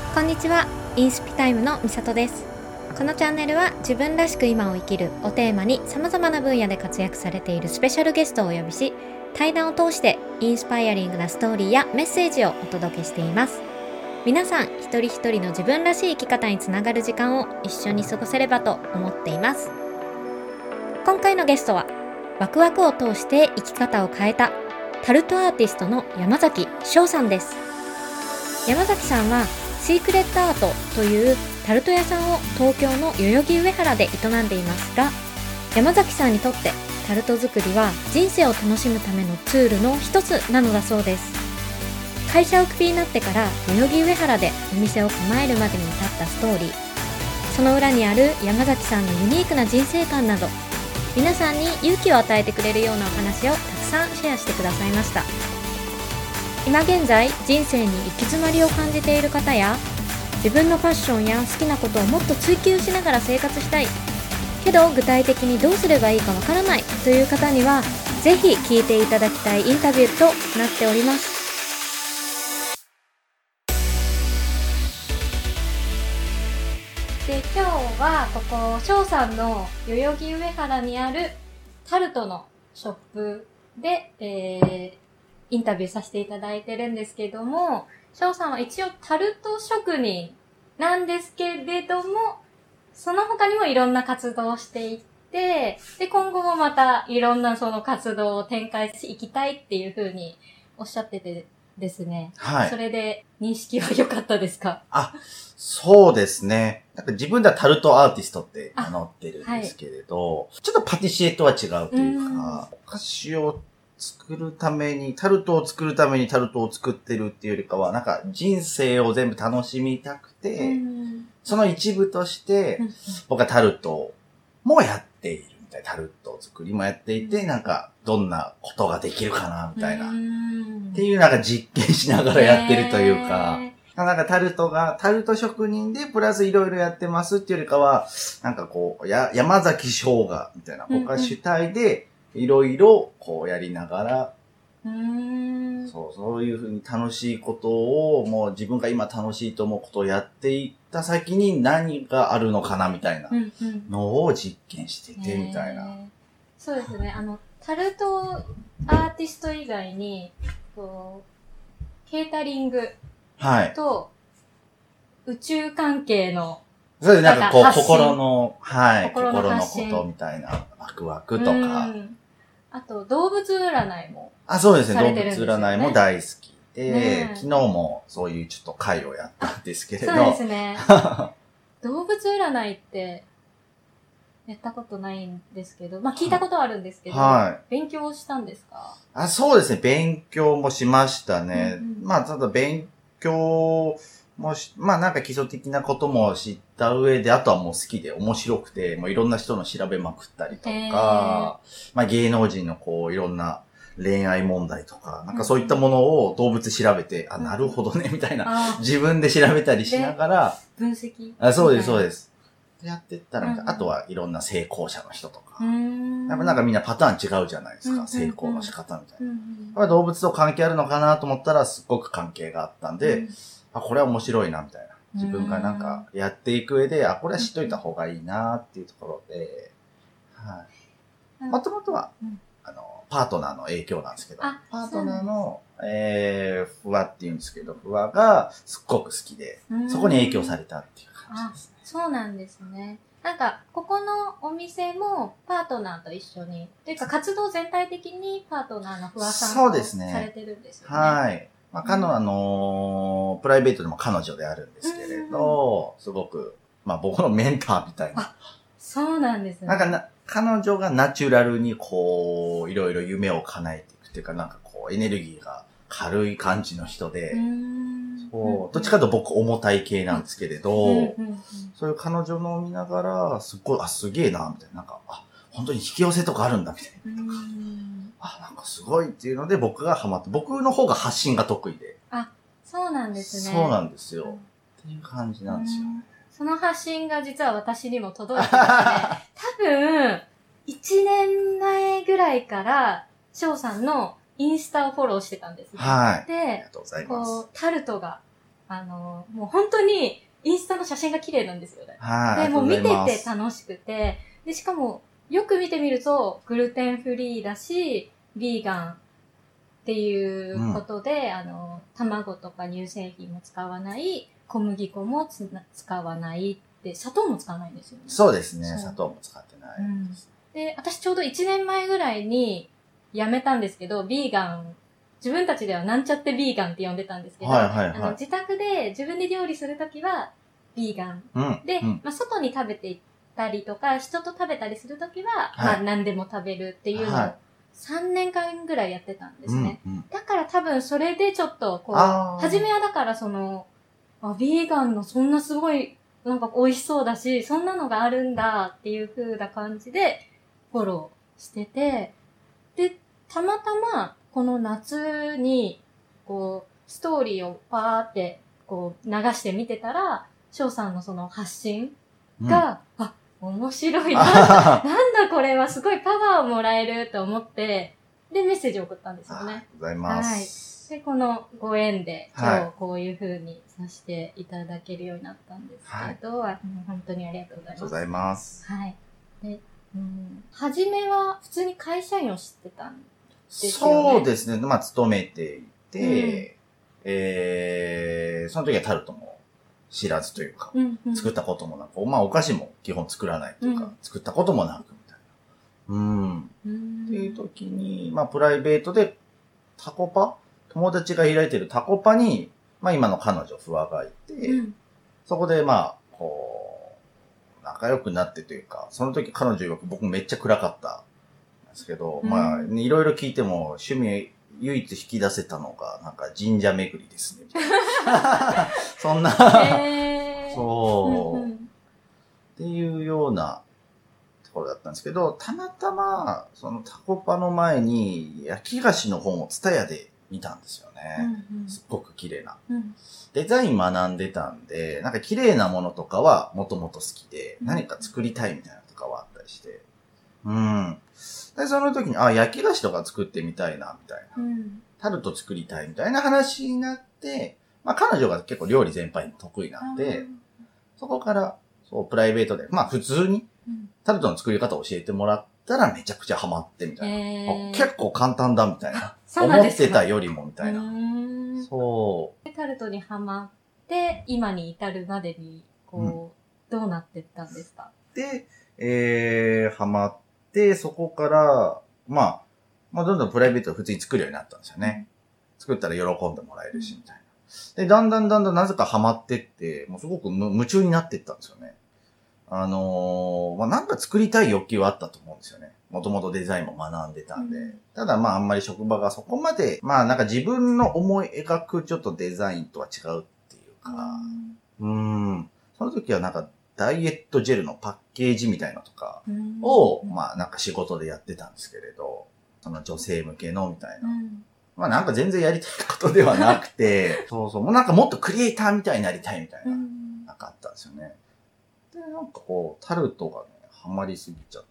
こんにちは、インスピタイムのみさとです。このチャンネルは自分らしく今を生きるをテーマに様々な分野で活躍されているスペシャルゲストをお呼びし、対談を通してインスパイアリングなストーリーやメッセージをお届けしています。皆さん一人一人の自分らしい生き方につながる時間を一緒に過ごせればと思っています。今回のゲストはワクワクを通して生き方を変えたタルトアーティストの山崎翔さんです。山崎さんはシークレットアートというタルト屋さんを東京の代々木上原で営んでいますが、山崎さんにとってタルト作りは人生を楽しむためのツールの一つなのだそうです。会社をクビになってから代々木上原でお店を構えるまでに至ったストーリー、その裏にある山崎さんのユニークな人生観など、皆さんに勇気を与えてくれるようなお話をたくさんシェアしてくださいました。今現在人生に行き詰まりを感じている方や、自分のパッションや好きなことをもっと追求しながら生活したいけど具体的にどうすればいいかわからないという方にはぜひ聞いていただきたいインタビューとなっております。で、今日はここ翔さんの代々木上原にあるタルトのショップで、インタビューさせていただいてるんですけども、翔さんは一応タルト職人なんですけれども、その他にもいろんな活動をしていって、で、今後もまたいろんなその活動を展開していきたいっていうふうにおっしゃっててですね。 はい。 それで認識は良かったですか？ そうですね。なんか自分ではタルトアーティストって名乗ってるんですけれど、ちょっとパティシエとは違うというか、お菓子を作るために、タルトを作るためにタルトを作ってるっていうよりかは、なんか人生を全部楽しみたくて、その一部として、僕はタルトもやっているみたいな、タルト作りもやっていて、なんかどんなことができるかなみたいな、っていうなんか実験しながらやってるというか、なんかタルト職人でプラスいろいろやってますっていうよりかは、なんかこう、山崎翔がみたいな、僕は主体で、いろいろこうやりながら、そういうふうに楽しいことを、もう自分が今楽しいと思うことをやっていった先に何があるのかなみたいなのを実験しててみたいな。 そうですね。タルトアーティスト以外に、ケータリングと宇宙関係の、 そうです。なんかこう、心のことみたいな、ワクワクとか。 あと、動物占いも。 そうですね。動物占いも大好きで、昨日もそういうちょっと会をやったんですけれど。 そうですね。動物占いって、やったことないんですけど、聞いたことはあるんですけど、勉強したんですか？ そうですね。勉強もしましたね。ただ勉強もなんか基礎的なことも知った上で、あとはもう好きで面白くて、もういろんな人の調べまくったりとか、芸能人のこういろんな恋愛問題とか、なんかそういったものを動物調べて、なるほどね、みたいな、自分で調べたりしながら、 分析そうです、そうです。やってったら、あとはいろんな成功者の人とか、なんかみんなパターン違うじゃないですか、成功の仕方みたいな。動物と関係あるのかなと思ったら、すっごく関係があったんで、これは面白いな、みたいな。自分がなんかやっていく上で、これは知っといた方がいいなっていうところで、もともとは、パートナーの影響なんですけど、パートナーの、ふわって言うんですけど、ふわがすっごく好きで、そこに影響されたっていう感じですね。 そうなんですね。なんか、ここのお店もパートナーと一緒に、というか活動全体的にパートナーのふわさんとされてるんですよね。 はい。プライベートでも彼女であるんですけれど、すごく、僕のメンターみたいな。 そうなんですね。 なんか彼女がナチュラルにこう、いろいろ夢を叶えていくっていうか、なんかこう、エネルギーが軽い感じの人で、どっちかというと僕重たい系なんですけれど、そういう彼女のを見ながら、すっごい、すげえな、みたいな。なんか、本当に引き寄せとかあるんだ、みたいな。なんかすごいっていうので僕がハマって、僕の方が発信が得意で。 そうなんですね。 そうなんですよ。っていう感じなんですよね。 その発信が実は私にも届いてまして、多分、1年前ぐらいから、翔さんのインスタをフォローしてたんですね。 はい。 で、 ありがとうございます。 タルトがもう本当にインスタの写真が綺麗なんですよね。 はい。 で、もう見ててて楽しくて、で、しかもよく見てみると、グルテンフリーだし、ビーガンっていうことで、卵とか乳製品も使わない、小麦粉も使わないって、砂糖も使わないんですよね。 そうですね。砂糖も使ってないです。 で、私ちょうど1年前ぐらいに辞めたんですけど、ビーガン、自分たちではなんちゃってビーガンって呼んでたんですけど、自宅で自分で料理するときは、ビーガン。で、外に食べて行ったりとか、人と食べたりするときは、何でも食べるっていうのを3年間ぐらいやってたんですね。だから多分それでちょっと、初めはだからビーガンのそんなすごい、なんか美味しそうだし、そんなのがあるんだっていう風な感じでフォローしてて、で、たまたまこの夏に、ストーリーをパーって、流して見てたら、翔さんのその発信が、面白いな。なんだこれはすごいパワーをもらえると思って、で、メッセージを送ったんですよね。 ありがとうございます。 はい。で、このご縁で、今日こういう風にさせていただけるようになったんですけど、本当にありがとうございます。 ありがとうございます。 はい。で、初めは普通に会社員を知ってたんですよね。 そうですね。勤めていて、その時はタルトも知らずというか、作ったこともなく、お菓子も基本作らないというか、作ったこともなくみたいな。っていう時に、プライベートでタコパ友達が開いてるタコパに、今の彼女、フワがいて、そこで仲良くなってというか、その時彼女曰く僕めっちゃ暗かったんですけど、いろいろ聞いても趣味唯一引き出せたのが、なんか神社巡りですね。そんな、そう、っていうようなところだったんですけど、たまたま、そのタコパの前に焼き菓子の本をツタヤで見たんですよね。すっごく綺麗な。デザイン学んでたんで、なんか綺麗なものとかはもともと好きで、何か作りたいみたいなのとかはあったりして。で、その時に、焼き菓子とか作ってみたいな、みたいな。タルト作りたいみたいな話になって、彼女が結構料理全般に得意なんで、そこから、プライベートで、普通に、タルトの作り方を教えてもらったらめちゃくちゃハマってみたいな。結構簡単だみたいな。思ってたよりもみたいな。 タルトにハマって、今に至るまでに、どうなってったんですか？ で、ハマって、そこから、どんどんプライベートを普通に作るようになったんですよね。作ったら喜んでもらえるし、みたいな。で、だんだんなぜかハマってって、もうすごく夢中になっていったんですよね。なんか作りたい欲求はあったと思うんですよね。もともとデザインも学んでたんで。ただあんまり職場がそこまで、なんか自分の思い描くちょっとデザインとは違うっていうか、その時はなんかダイエットジェルのパッケージみたいなのとかを、なんか仕事でやってたんですけれど、その女性向けのみたいな。なんか全然やりたいことではなくて、もうなんかもっとクリエイターみたいになりたいみたいな、なんかあったんですよね。で、なんかタルトがね、ハマりすぎちゃって、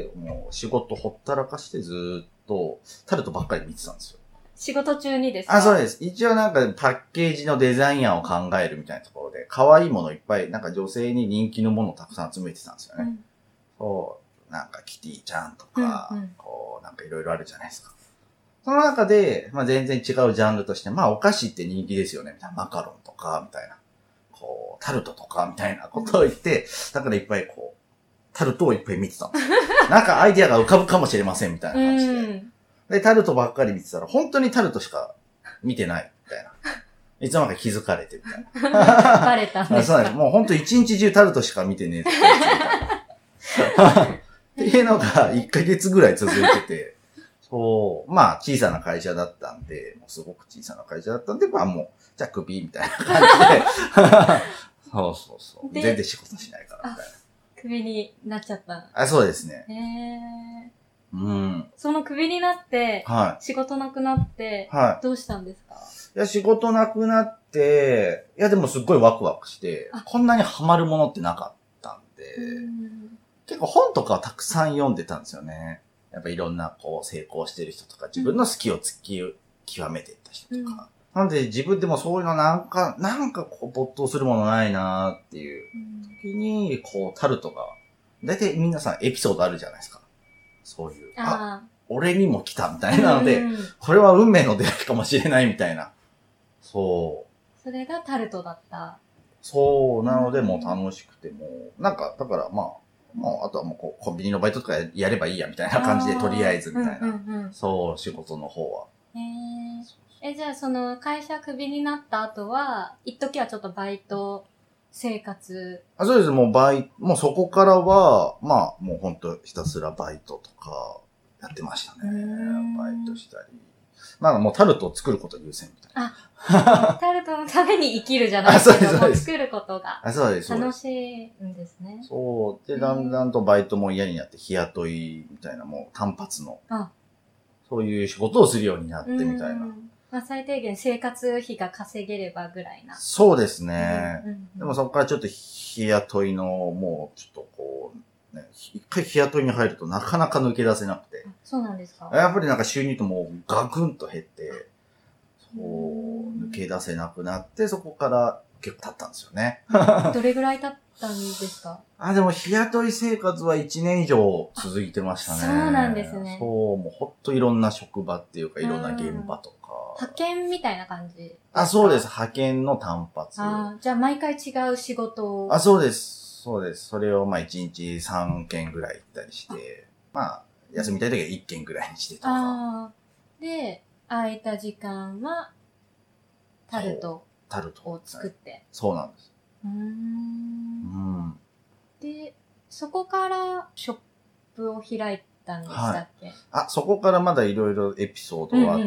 もう仕事ほったらかしてずーっとタルトばっかり見てたんですよ。 仕事中にですか？ そうです。一応なんかパッケージのデザイン案を考えるみたいなところで、可愛いものいっぱい、なんか女性に人気のものをたくさん集めてたんですよね。なんかキティちゃんとか、なんかいろいろあるじゃないですか。その中で、全然違うジャンルとして、お菓子って人気ですよね、みたいな。マカロンとか、みたいな。タルトとか、みたいなことを言って、だからいっぱいタルトをいっぱい見てたんですよ。なんかアイディアが浮かぶかもしれません、みたいな感じで。で、タルトばっかり見てたら、本当にタルトしか見てない、みたいな。いつの間にか気づかれて、みたいな。 バレたんですか？ そうなんです。もう本当一日中タルトしか見てねえってっていうのが1ヶ月ぐらい続いてて、小さな会社だったんで、もうすごく小さな会社だったんで、もう、じゃあクビみたいな感じで。そう。全然仕事しないから、みたいな。 クビになっちゃった。 そうですね。 そのクビになって、仕事なくなって、どうしたんですか？ いや、仕事なくなって、でもすっごいワクワクして、こんなにハマるものってなかったんで、結構本とかはたくさん読んでたんですよね。やっぱいろんな成功してる人とか、自分の好きを極めていった人とか、 なんで自分でもそういうのなんかこう没頭するものないなっていう時に、こうタルトが、だいたい皆さんエピソードあるじゃないですか。そういう。俺にも来たみたいなので、これは運命の出会いかもしれないみたいな。そう。 それがタルトだった。 そう、なのでもう楽しくても、なんか、だからまあ、あとはもうこうコンビニのバイトとかやればいいやみたいな感じでとりあえずみたいな。そう、仕事の方は。 じゃあその会社クビになった後は、一時はちょっとバイト生活。 そうです。もうそこからは、まあ、もうほんとひたすらバイトとかやってましたね。バイトしたり。まあもうタルトを作ること優先みたいな。タルトのために生きるじゃないですけど、作ることが楽しいんですね。 そう。で、だんだんとバイトも嫌になって日雇いみたいなもう単発の、そういう仕事をするようになってみたいな。 まあ最低限生活費が稼げればぐらいな。 そうですね。でもそこからちょっと日雇いの、もうちょっとこう、ね、一回日雇いに入るとなかなか抜け出せなくて。 そうなんですか？ やっぱりなんか収入ともうガクンと減って、そう抜け出せなくなって、そこから結構経ったんですよね。 どれぐらい経ったんですか？ でも日雇い生活は1年以上続いてましたね。 そうなんですね。 そう、もうほっといろんな職場っていうかいろんな現場とか。 派遣みたいな感じですか？そうです。派遣の単発。 じゃあ毎回違う仕事を。 そうです。そうです。それをまあ1日3件ぐらい行ったりして、まあ休みたい時は1件ぐらいにしてとか。 で、空いた時間はタルトを作って。 そうなんです。 で、そこからショップを開いたんでしたっけ？ そこからまだいろいろエピソードがあって、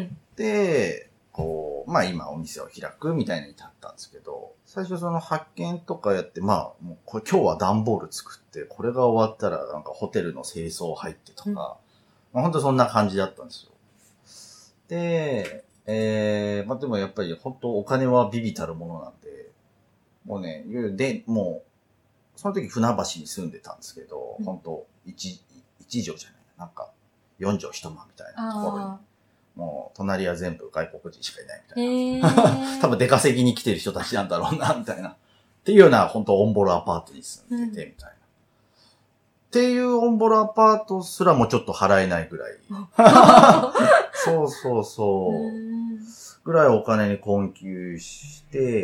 こう、まあ今お店を開くみたいに至ったんですけど、最初その発見とかやって、まあもうこれ今日は段ボール作って、これが終わったらなんかホテルの清掃入ってとか、まあ本当そんな感じだったんですよ。で、まあでもやっぱり本当お金はビビたるものなんで、もうね、もう、その時船橋に住んでたんですけど、本当一畳じゃない、なんか4畳一間みたいなところに。もう、隣は全部外国人しかいないみたいな。多分出稼ぎに来てる人たちなんだろうな、みたいな。っていうような、本当オンボロアパートに住んでて、みたいな。っていうオンボロアパートすらもちょっと払えないぐらい。そう。ぐらいお金に困窮して、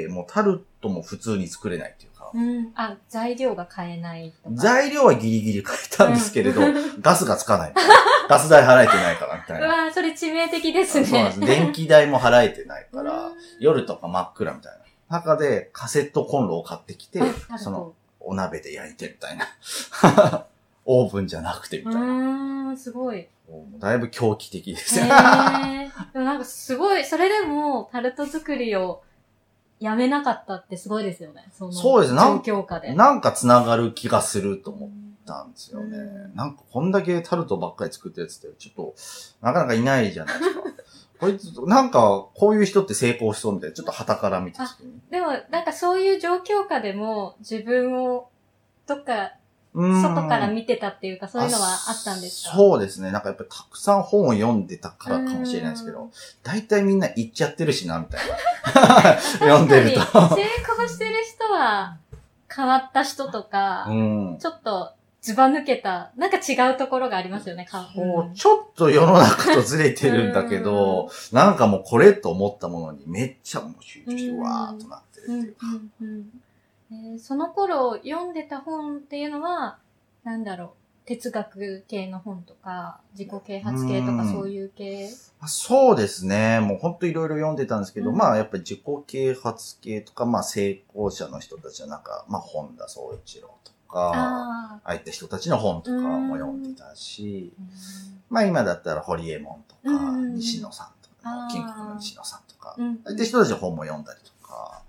もうタルトも普通に作れないっていうか。 材料が買えないとか。 材料はギリギリ買えたんですけれど、ガスがつかない。ガス代払えてないからみたいな。 それ致命的ですね。 そうなんです。電気代も払えてないから、夜とか真っ暗みたいな。中でカセットコンロを買ってきて、そのお鍋で焼いてみたいな。オーブンじゃなくてみたいな。 すごい。 だいぶ狂気的ですよ。 でもなんかすごい、それでもタルト作りをやめなかったってすごいですよね。 そうですね。 状況下で。 なんか繋がる気がすると思ったんですよね。なんかこんだけタルトばっかり作ったやつってちょっとなかなかいないじゃないですか。こいつ、なんかこういう人って成功しそうみたいな、ちょっと旗から見てきて、ね。 でもなんかそういう状況下でも自分をどっか外から見てたっていうか、そういうのはあったんですか？そうですね。なんかやっぱりたくさん本を読んでたからかもしれないですけど、大体みんな言っちゃってるしな、みたいな。読んでると。 成功してる人は変わった人とか、ちょっとずば抜けた、なんか違うところがありますよね、 ちょっと世の中とずれてるんだけど、なんかもうこれと思ったものにめっちゃもう集中してわーっとなってるっていうか。 その頃読んでた本っていうのは、なんだろう、哲学系の本とか、自己啓発系とかそういう系？ そうですね。もうほんといろいろ読んでたんですけど、まあやっぱり自己啓発系とか、まあ成功者の人たちはなんか、まあ本田宗一郎とか、ああいった人たちの本とかも読んでたし、まあ今だったら堀江門とか、西野さんとか、金国の西野さんとか、ああいった人たちの本も読んだりとか、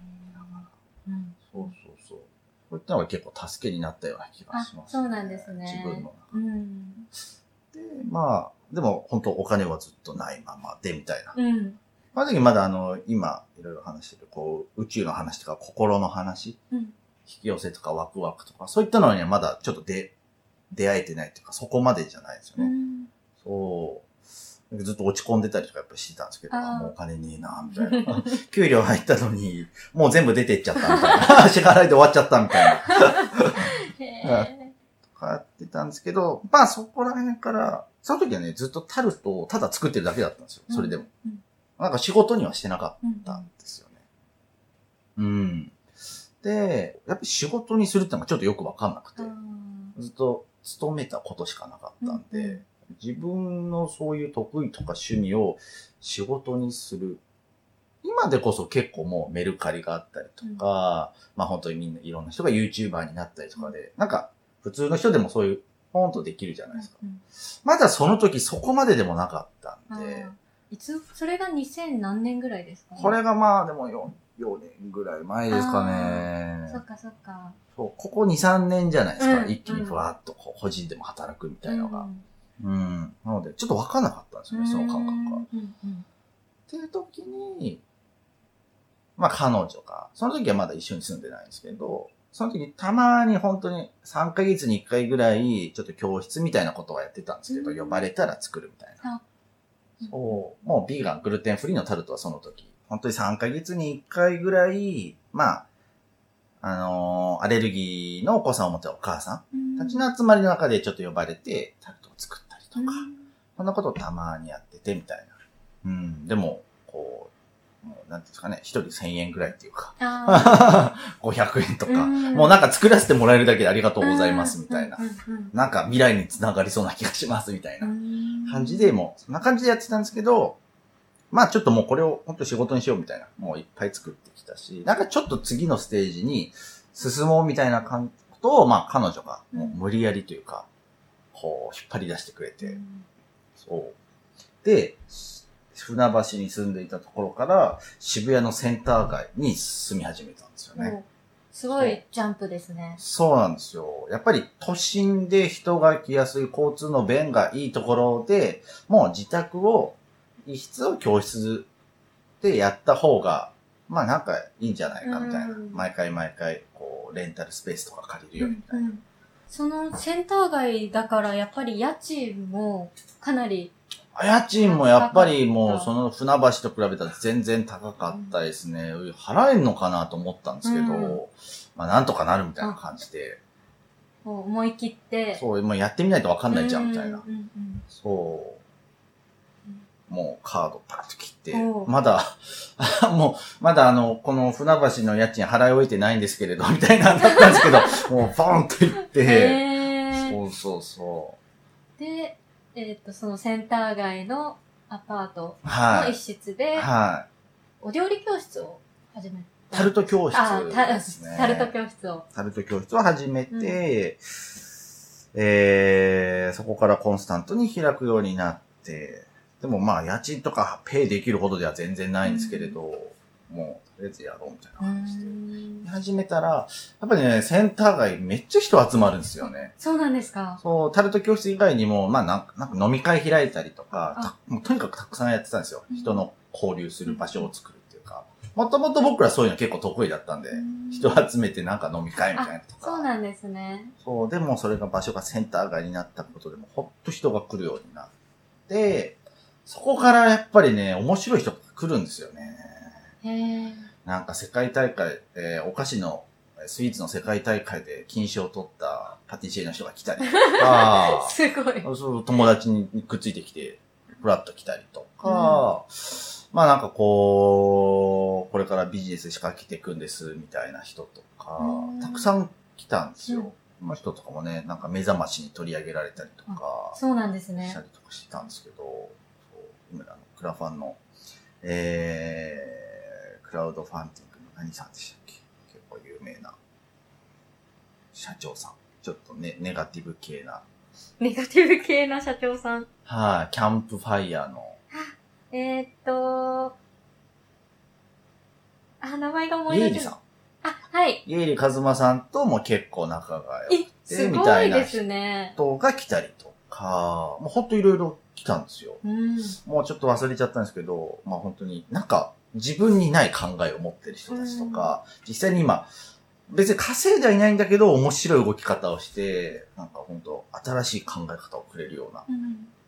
そう。こういったのが結構助けになったような気がしますね。 そうなんですね。 自分の中で。で、まあ、でも本当お金はずっとないままでみたいな。まあ、時まだ今いろいろ話してる、こう、宇宙の話とか心の話、引き寄せとかワクワクとか、そういったのにはまだちょっと出会えてないというか、そこまでじゃないですよね。そう。 ずっと落ち込んでたりとかやっぱしてたんですけど、もうお金ねえな、みたいな。給料入ったのに、もう全部出てっちゃったみたいな。支払いで終わっちゃったみたいな。とかやってたんですけど、まあそこら辺から、その時はね、ずっとタルトをただ作ってるだけだったんですよ。それでも。なんか仕事にはしてなかったんですよね。うん。で、やっぱり仕事にするってのがちょっとよくわかんなくて、ずっと勤めたことしかなかったんで、自分のそういう得意とか趣味を仕事にする。今でこそ結構もうメルカリがあったりとか、まあ本当にみんないろんな人が YouTuber になったりとかで、なんか普通の人でもそういうポンとできるじゃないですか。まだその時そこまででもなかったんで。 それが2000何年ぐらいですかね？ これがまあでも4年ぐらい前ですかね。 そっかそっか。 そう、ここ2、3年じゃないですか。一気にふわっとこう個人でも働くみたいなのが。なので、ちょっとわかんなかったんですよね、その感覚が。っていう時に、まあ彼女が、その時はまだ一緒に住んでないんですけど、その時にたまに本当に3ヶ月に1回ぐらい、ちょっと教室みたいなことはやってたんですけど、呼ばれたら作るみたいな。そう、もうビーガン、グルテンフリーのタルトはその時、本当に3ヶ月に1回ぐらい、まあ、アレルギーのお子さんを持ったお母さんたちの集まりの中でちょっと呼ばれて、タルトを作ったりとか、そんなことをたまにやっててみたいな。でも、こう、もうなんていうんですかね、一人1000円ぐらいっていうか、500円とか、もうなんか作らせてもらえるだけでありがとうございますみたいな。なんか未来につながりそうな気がしますみたいな感じで、もうそんな感じでやってたんですけど、まあちょっともうこれを本当仕事にしようみたいな、もういっぱい作ってきたし、なんかちょっと次のステージに進もうみたいなことを、まあ彼女がもう無理やりというか、こう引っ張り出してくれて、そう。で、船橋に住んでいたところから渋谷のセンター街に住み始めたんですよね。 すごいジャンプですね。 そうなんですよ。やっぱり都心で人が来やすい交通の便がいいところで、もう自宅を一室を教室でやった方が、まあなんかいいんじゃないかみたいな。毎回こうレンタルスペースとか借りるよみたいな。 そのセンター街だからやっぱり家賃もかなり。 家賃もやっぱりもうその船橋と比べたら全然高かったですね。払えんのかなと思ったんですけど、まあなんとかなるみたいな感じで。 思い切って。 そう、もうやってみないとわかんないじゃんみたいな。そう。もうカードパッと切って、まだこの船橋の家賃払い終えてないんですけれど、みたいなだったんですけど、もうポンと行って、そうで、そのセンター街のアパートの一室で、お料理教室を始めた。 タルト教室ですね。 タルト教室を始めて、そこからコンスタントに開くようになって、でもまあ家賃とかペイできるほどでは全然ないんですけれど、もうとりあえずやろうみたいな感じで。始めたら、やっぱりね、センター街めっちゃ人集まるんですよね。 そうなんですか？ そう、タルト教室以外にも、まあなんか飲み会開いたりとか、もうとにかくたくさんやってたんですよ。人の交流する場所を作るっていうか。もともと僕らそういうの結構得意だったんで、人集めてなんか飲み会みたいなとか。 そうなんですね。 そう、でもそれが場所がセンター街になったことでも、ほっと人が来るようになって、そこからやっぱりね、面白い人が来るんですよね。なんか世界大会、お菓子の、スイーツの世界大会で金賞を取ったパティシエの人が来たりとか、 すごい。 そう友達にくっついてきて、フラッと来たりとか、まあなんかこれからビジネス仕掛けていくんです、みたいな人とか、たくさん来たんですよ。この人とかもね、なんか目覚ましに取り上げられたりとか、 そうなんですね。 したりとかしてたんですけど、今クラファンの、クラウドファンディングの何さんでしたっけ？結構有名な社長さん。ちょっとね、ネガティブ系な社長さん。 はい、キャンプファイヤーの。 名前が思い出せない。 イエイリさん。 はい。 イエイリカズマさんとも結構仲が良くて、みたたいな人が来たりとか、もうほんといろいろ来たんですよ。もうちょっと忘れちゃったんですけど、まあ本当になんか自分にない考えを持ってる人たちとか、実際に今、別に稼いではいないんだけど面白い動き方をして、なんか本当新しい考え方をくれるような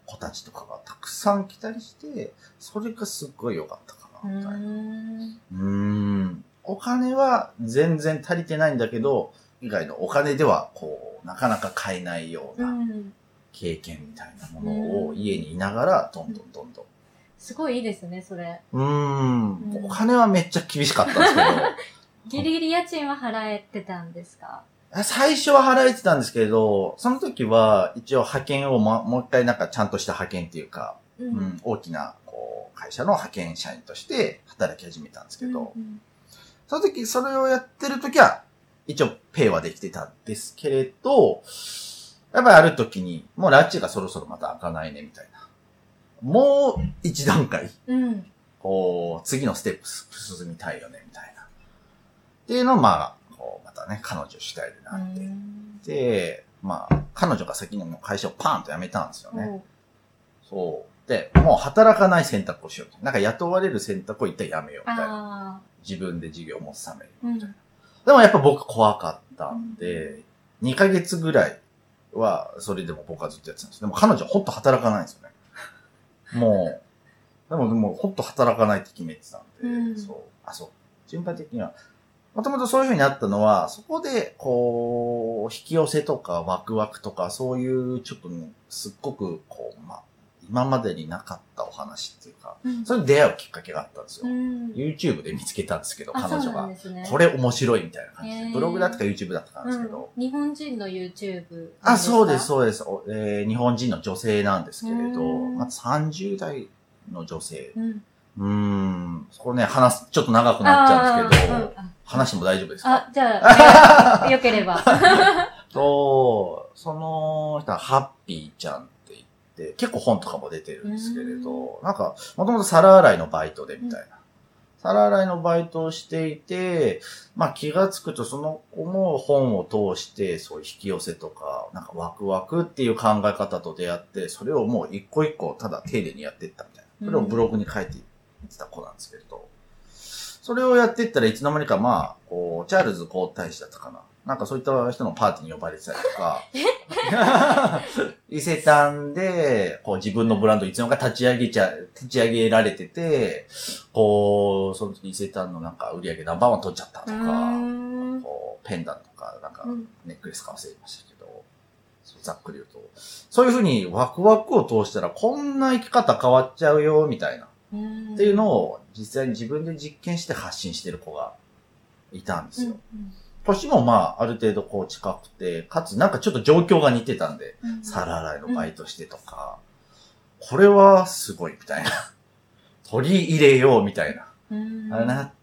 子たちとかがたくさん来たりして、それがすっごい良かったかな、みたいな。お金は全然足りてないんだけど、以外のお金では、こう、なかなか買えないような経験みたいなものを家にいながら、どんどん。 すごいいいですね、それ。 お金はめっちゃ厳しかったんですけど。 ギリギリ家賃は払えてたんですか？ 最初は払えてたんですけど、その時は一応派遣をもう一回なんかちゃんとした派遣っていうか、大きなこう会社の派遣社員として働き始めたんですけど、その時、それをやってる時は、一応ペイはできてたんですけれど、やっぱりある時に、もうラッチがそろそろまた開かないね、みたいな。もう一段階、こう、次のステップ進みたいよね、みたいな。っていうのを、まあ、こう、またね、彼女主体でなって。で、まあ、彼女が先にもう会社をパーンと辞めたんですよね。そう。で、もう働かない選択をしよう。なんか雇われる選択を一旦やめよう、みたいな。自分で事業を持つために、みたいな。でもやっぱ僕怖かったんで、2ヶ月ぐらいは、それでも僕はずっとやってたんです。でも彼女はほんと働かないんですよね。もう、でもほんと働かないって決めてたんで、そう。順番的には、もともとそういう風になったのは、そこで、こう、引き寄せとかワクワクとか、そういう、ちょっとね、すっごく、こう、まあ、今までになかったお話っていうか、それに出会うきっかけがあったんですよ。YouTube で見つけたんですけど、彼女が。これ面白いみたいな感じで。ブログだったか YouTube だったかなんですけど。 日本人の YouTube？ そうです、そうです。日本人の女性なんですけれど、まず30代の女性。そこね、ちょっと長くなっちゃうんですけど、話も大丈夫ですか？ じゃあ、よければ。 その人はハッピーちゃんって言って、結構本とかも出てるんですけれど、なんか、もともと皿洗いのバイトでみたいな。皿洗いのバイトをしていて、まあ気がつくとその子も本を通して、そういう引き寄せとか、なんかワクワクっていう考え方と出会って、それをもう一個一個ただ丁寧にやっていったみたいな。それをブログに書いていってた子なんですけれど、それをやっていったらいつの間にかまあ、こう、チャールズ皇太子だったかな。なんかそういった人のパーティーに呼ばれてたりとか、伊勢丹で、こう自分のブランドいつの間にか立ち上げられてて、こう、その時伊勢丹のなんか売り上げナンバーワン取っちゃったとか、こう、ペンダントとか、なんかネックレスか忘れましたけど、ざっくり言うと、そういうふうにワクワクを通したらこんな生き方変わっちゃうよ、みたいな。っていうのを実際に自分で実験して発信してる子がいたんですよ。年もまあ、ある程度こう近くて、かつなんかちょっと状況が似てたんで、皿洗いのバイトしてとか、これはすごいみたいな。取り入れようみたいな。なって、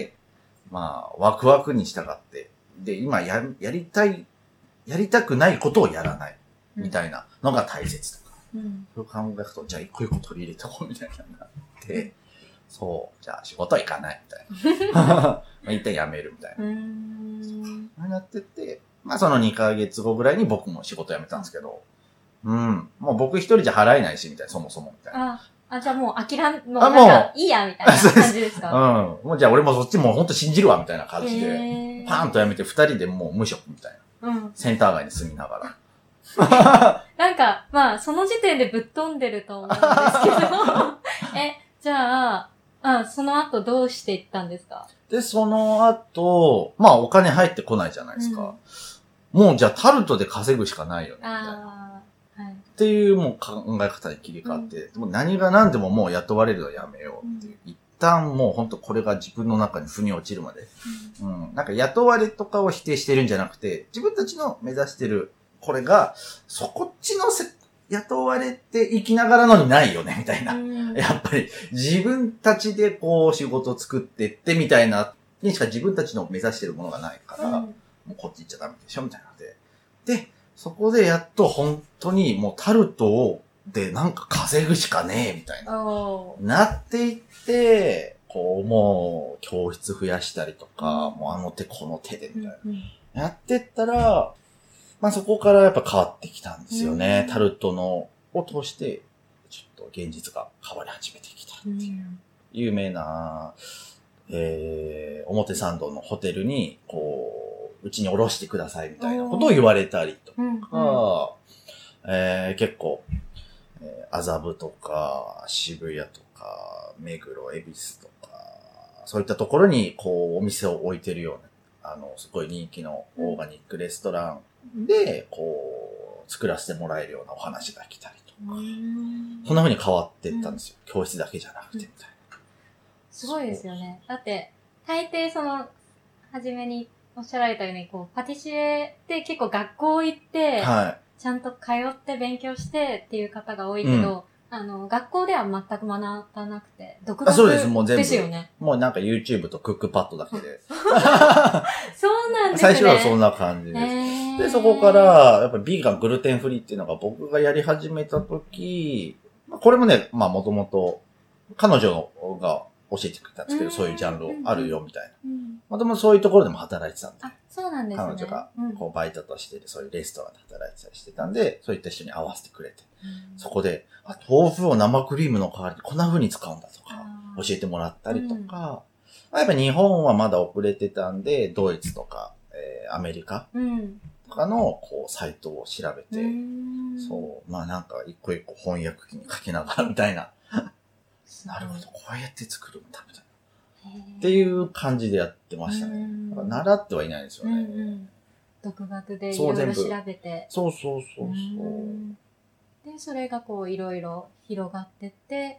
まあ、ワクワクに従って、で、今やりたくないことをやらない。みたいなのが大切とか。そう考えると、じゃあ一個一個取り入れておこうみたいになって、そう、じゃあ仕事行かないみたいな。一旦辞めるみたいな。なってて、まあその2ヶ月後ぐらいに僕も仕事辞めたんですけど、もう僕一人じゃ払えないし、みたいな、そもそもみたいな。 じゃあもうもうなんかいいや、みたいな感じですか？ もうじゃあ俺もそっちもほんと信じるわ、みたいな感じで、パーンと辞めて2人でもう無職みたいな。センター街に住みながら。 なんか、まあその時点でぶっ飛んでると思うんですけど、じゃあ、その後どうしていったんですか？ で、その後、まあお金入ってこないじゃないですか。もうじゃあタルトで稼ぐしかないよね、みたいな。っていうもう考え方に切り替わって、もう何が何でももう雇われるのやめようっていう。一旦もう本当これが自分の中に腑に落ちるまで。なんか雇われとかを否定してるんじゃなくて、自分たちの目指してるこれが、こっちの雇われて生きながらのにないよね、みたいな。やっぱり自分たちでこう仕事を作ってってみたいなにしか自分たちの目指してるものがないから、もうこっち行っちゃダメでしょ、みたいなので。で、そこでやっと本当にもうタルトでなんか稼ぐしかねえ、みたいな。なっていって、こうもう教室増やしたりとか、もうあの手この手でみたいな。やってったら、まあそこからやっぱ変わってきたんですよね。タルトを通して、ちょっと現実が変わり始めてきたっていう。有名な、表参道のホテルに、こう、うちに降ろしてくださいみたいなことを言われたりとか、結構、 麻布とか、渋谷とか、目黒、恵比寿とか、そういったところに、こう、お店を置いてるような、すごい人気のオーガニックレストランで、こう、作らせてもらえるようなお話が来たりとか、そんな風に変わっていったんですよ。教室だけじゃなくて、みたいな。 すごいですよね。だって、大抵初めにおっしゃられたように、こう、パティシエって結構学校行って、 はい。 ちゃんと通って勉強してっていう方が多いけど、学校では全く学ばなくて、独学そうです、もう全部。 ですよね。 もうなんか YouTube とクックパッドだけで。 そうなんですね。 最初はそんな感じです。で、そこから、やっぱりビーガン、グルテンフリーっていうのが僕がやり始めたとき、これもね、まあもともと、彼女が教えてくれたんですけど、そういうジャンルあるよ、みたいな。もともとそういうところでも働いてたんで。 あ、そうなんですね。 彼女が、こう、バイトとしてそういうレストランで働いてたりしてたんで、そういった人に合わせてくれて。そこで、豆腐を生クリームの代わりにこんな風に使うんだとか、教えてもらったりとか、やっぱ日本はまだ遅れてたんで、ドイツとか、アメリカとかの、こう、サイトを調べて、そう、まあなんか一個一個翻訳機に書きながらみたいな。なるほど、こうやって作るんだ、みたいな。っていう感じでやってましたね。習ってはいないんですよね。 独学でいろいろ調べて。 そう。 で、それがこういろいろ広がってって、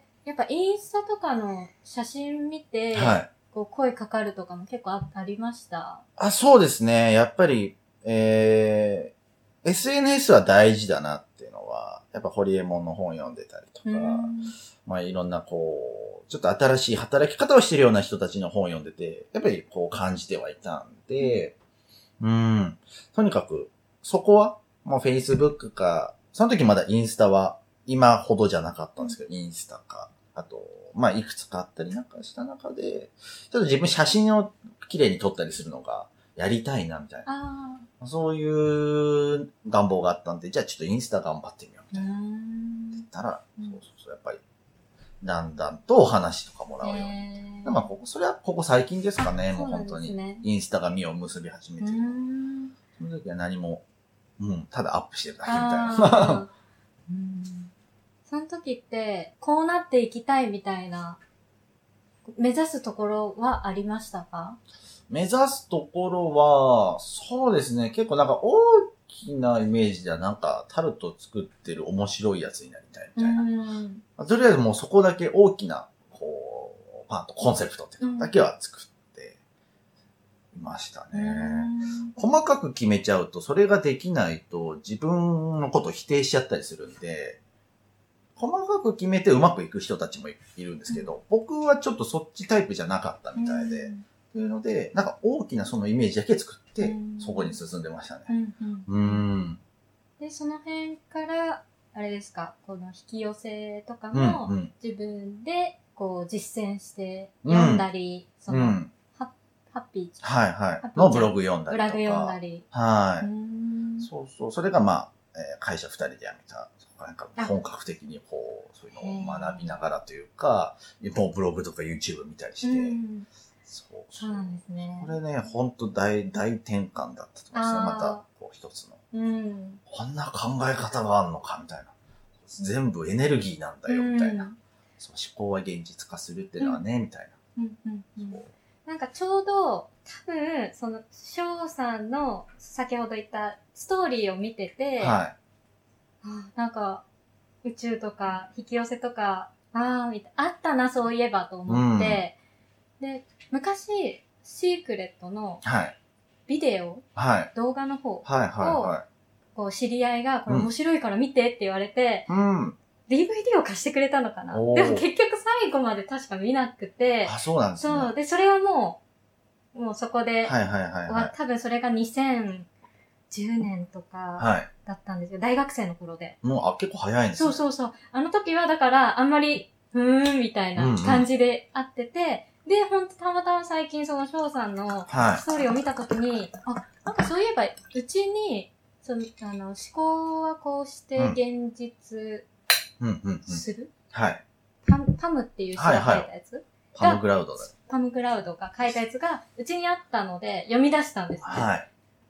やっぱインスタとかの写真見て、はい、こう声かかるとかも結構ありました？ そうですね。やっぱり、SNS は大事だなっていうのは、やっぱホリエモンの本読んでたりとか、まあいろんなこう、ちょっと新しい働き方をしてるような人たちの本を読んでて、やっぱりこう感じてはいたんで、とにかく、そこは、もう Facebook か、その時まだインスタは今ほどじゃなかったんですけど、インスタか、あと、まあいくつかあったりなんかした中で、ちょっと自分写真を綺麗に撮ったりするのがやりたいなみたいな。そういう願望があったんで、じゃあちょっとインスタ頑張ってみようみたいな。って言ったら、そう、やっぱり、だんだんとお話とかもらうように。まあそれはここ最近ですかね、もう本当に。インスタが実を結び始めてる。その時は何も、ただアップしてるだけみたいな。 その時って、こうなっていきたいみたいな、目指すところはありましたか？ 目指すところは、そうですね、結構なんか大きなイメージではなんかタルト作ってる面白いやつになりたいみたいな。とりあえずもうそこだけ大きな、こう、パンとコンセプトっていうのだけは作っていましたね。細かく決めちゃうと、それができないと自分のことを否定しちゃったりするんで、細かく決めてうまくいく人たちもいるんですけど、僕はちょっとそっちタイプじゃなかったみたいで、というので、なんか大きなそのイメージだけ作って、そこに進んでましたね。 で、その辺から、あれですか、この引き寄せとかも自分でこう実践して読んだり、その、ハッピーのブログ読んだりとか。 ブログ読んだり。 そう。それがまあ、会社2人で辞めた。なんか本格的にこう、そういうのを学びながらというか、もうブログとか YouTube 見たりして、 そうなんですね。 これね、ほんと大転換だったと思いますね。また、こう一つの。こんな考え方があるのかみたいな。全部エネルギーなんだよ、みたいな。そう思考は現実化するっていうのはね、みたいな。 なんかちょうど、多分、その、翔さんの先ほど言ったストーリーを見てて、なんか、宇宙とか引き寄せとか、あったな、そういえばと思って、で、昔、シークレットのビデオ、動画の方を、こう知り合いが、これ面白いから見てって言われて、DVD を貸してくれたのかな。でも結局最後まで確か見なくて、 そうなんですね。 そう。で、それはもうそこで、 多分それが2010年とかだったんですよ。大学生の頃で。 もう、結構早いんですね。 そう。あの時はだから、あんまり、みたいな感じで会ってて、で、ほんとたまたま最近その翔さんのストーリーを見た時に、なんかそういえば、うちに、思考はこうして現実する、パムっていう人が書いたやつ、 パムグラウドが書いたやつがうちにあったので読み出したんですね。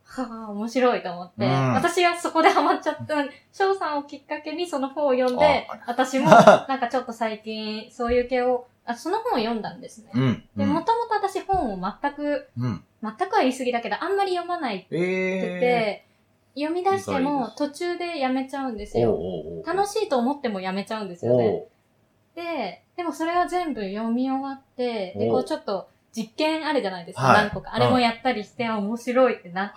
はあ、面白いと思って、 うん、 私はそこでハマっちゃった。翔さんをきっかけにその本を読んで、私もなんかちょっと最近そういう系を、その本を読んだんですね。 うん、 で、もともと私本を全くは言い過ぎだけど、あんまり読まないってて、読み出しても途中でやめちゃうんですよ。楽しいと思ってもやめちゃうんですよね。でもそれは全部読み終わって、で、こうちょっと実験あるじゃないですか、はい、何個か。あれもやったりして、面白いってなって、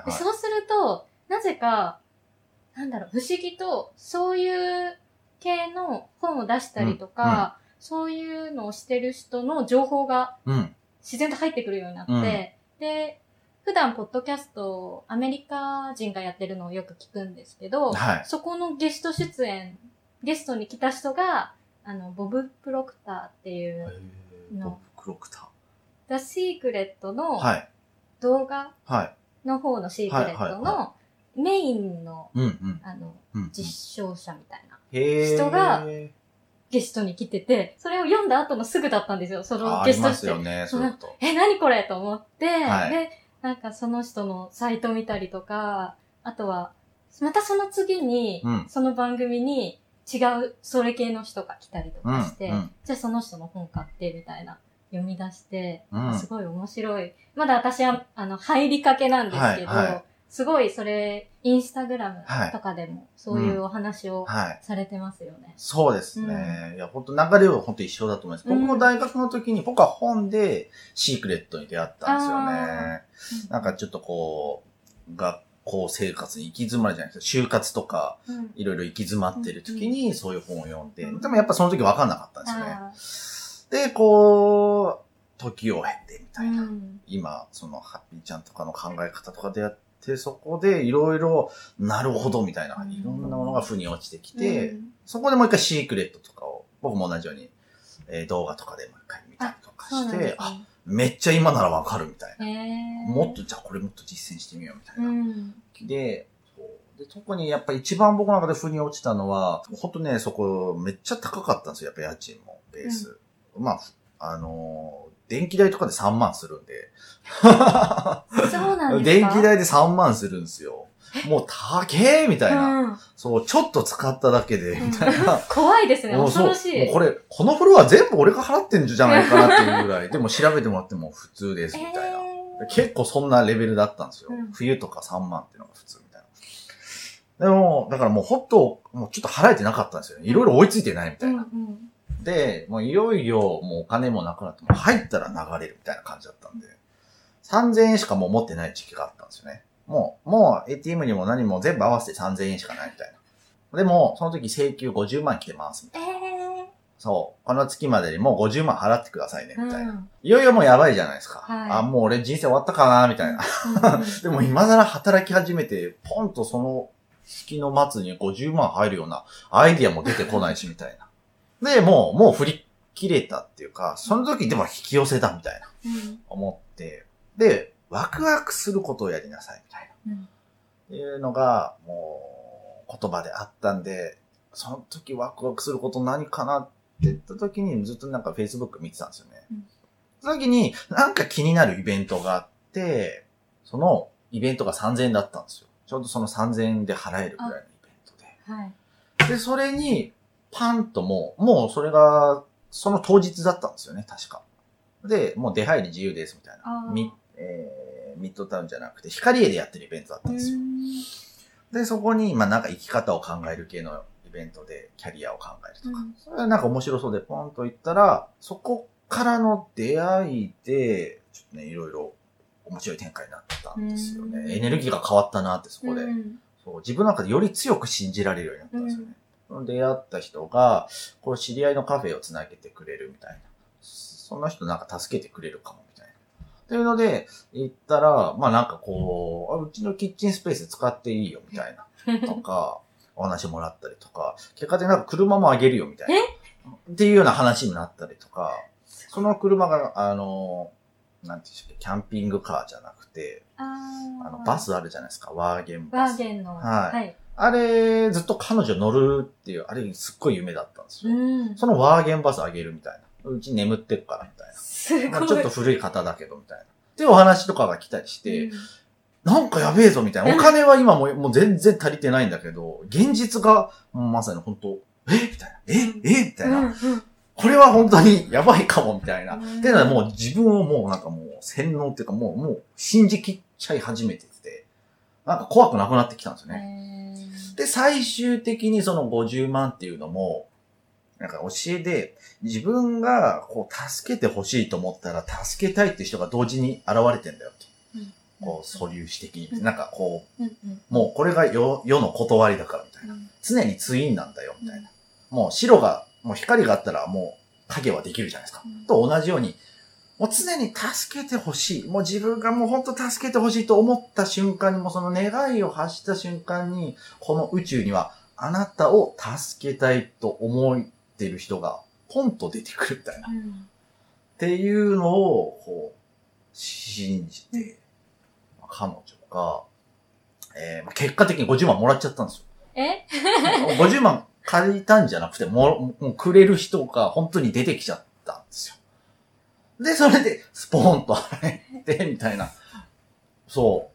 そうすると、なぜか、不思議と、そういう系の本を出したりとか、そういうのをしてる人の情報が自然と入ってくるようになって、で、普段ポッドキャスト、アメリカ人がやってるのをよく聞くんですけど、はい、そこのゲストに来た人が、ボブ・プロクターっていうの、The Secret の動画の方のシークレットのメインの、実証者みたいな人がゲストに来てて、それを読んだ後のすぐだったんですよ、そのゲストして。ありますよね、何これと思って、はい、で、なんかその人のサイト見たりとか、あとは、またその次に、その番組に違うそれ系の人が来たりとかして、じゃあその人の本買ってみたいな。読み出して、すごい面白い。まだ私は、入りかけなんですけど、すごいそれ、インスタグラムとかでも、そういうお話をされてますよね。 そうですね。いや、本当流れは本当一緒だと思います。僕も大学の時に、僕は本でシークレットに出会ったんですよね。なんかちょっとこう、学校生活に行き詰まるじゃないですか。就活とか、いろいろ行き詰まってる時に、そういう本を読んで、でもやっぱその時分かんなかったんですよね。で、こう、時を経てみたいな。今、そのハッピーちゃんとかの考え方とかでやって、そこでいろいろ、なるほどみたいな、いろんなものが腑に落ちてきて、そこでもう一回シークレットとかを、僕も同じように、動画とかでもう一回見たりとかして、めっちゃ今ならわかるみたいな。もっと、じゃあこれもっと実践してみようみたいな。で、特にやっぱ一番僕の中で腑に落ちたのは、ほんとね、そこめっちゃ高かったんですよ、やっぱ家賃も、ベース。まあ、電気代とかで3万するんで。 そうなんですか？ 電気代で3万するんですよ。もう高えみたいな、そう、ちょっと使っただけで、みたいな。 怖いですね、恐ろしい。 もうこれ、このフロア全部俺が払ってんじゃないかなっていうぐらい、でも調べてもらっても普通です、みたいな。結構そんなレベルだったんですよ。冬とか3万っていうのが普通みたいな。でも、だからもうほっと、もうちょっと払えてなかったんですよね。いろいろ追いついてないみたいな。で、もういよいよもうお金もなくなって、もう入ったら流れるみたいな感じだったんで、3000円しかもう持ってない時期があったんですよね。もう ATM にも何も全部合わせて3000円しかないみたいな。でも、その時請求50万来てますみたいな。そう。この月までにもう50万払ってくださいねみたいな。いよいよもうやばいじゃないですか。あ、もう俺人生終わったかなみたいな。でも今更働き始めて、ポンとその月の末に50万入るようなアイディアも出てこないしみたいな。で、もう振り切れたっていうか、その時でも引き寄せたみたいな、思って、で、ワクワクすることをやりなさいみたいな、っていうのが、もう言葉であったんで、その時ワクワクすること何かなって言った時にずっとなんか Facebook 見てたんですよね。その時になんか気になるイベントがあって、そのイベントが3000円だったんですよ。ちょうどその3000円で払えるぐらいのイベントで。で、それに、パンともうそれが、その当日だったんですよね、確か。で、もう出入り自由ですみたいな。ミッドタウンじゃなくて、光栄でやってるイベントだったんですよ。で、そこに、なんか生き方を考える系のイベントで、キャリアを考えるとか。それはなんか面白そうで、ポンと行ったら、そこからの出会いで、ちょっとね、いろいろ面白い展開になったんですよね。エネルギーが変わったなって、そこで。そう、自分の中でより強く信じられるようになったんですよね。出会った人が、こう知り合いのカフェをつなげてくれるみたいな。その人なんか助けてくれるかもみたいな。っていうので、行ったら、なんかこう、うちのキッチンスペース使っていいよみたいな。とか、お話もらったりとか、結果でなんか車もあげるよみたいな。っていうような話になったりとか、その車が、なんていうんでしたっけ、キャンピングカーじゃなくて、バスあるじゃないですか、ワーゲンバス。 ワーゲンの。 はい。あれ、ずっと彼女乗るっていう、あれすっごい夢だったんですよ。そのワーゲンバスあげるみたいな。うち眠ってっからみたいな。 すごい。 ちょっと古い方だけどみたいな。っていうお話とかが来たりして、 なんかやべえぞみたいな。お金は今もう全然足りてないんだけど、現実が、まさに本当みたいな。みたいな。これは本当にやばいかもみたいな。っていうのはもう自分をもうなんかもう洗脳っていうかもう信じきっちゃい始めてて、なんか怖くなくなってきたんですよね。で、最終的にその50万っていうのも、なんか教えで自分がこう助けてほしいと思ったら助けたいっていう人が同時に現れてんだよと。こう素粒子的に。なんかこう、もうこれが世の断りだからみたいな。常にツインなんだよみたいな。もう白が、もう光があったらもう影はできるじゃないですか。と同じように、もう常に助けてほしい。もう自分がもう本当助けてほしいと思った瞬間に、もうその願いを発した瞬間に、この宇宙にはあなたを助けたいと思っている人がポンと出てくるみたいな。っていうのを、こう、信じて、彼女が、結果的に50万もらっちゃったんですよ。50万借りたんじゃなくて、もうくれる人が本当に出てきちゃったんですよ。で、それで、スポーンと払って、みたいな。そう。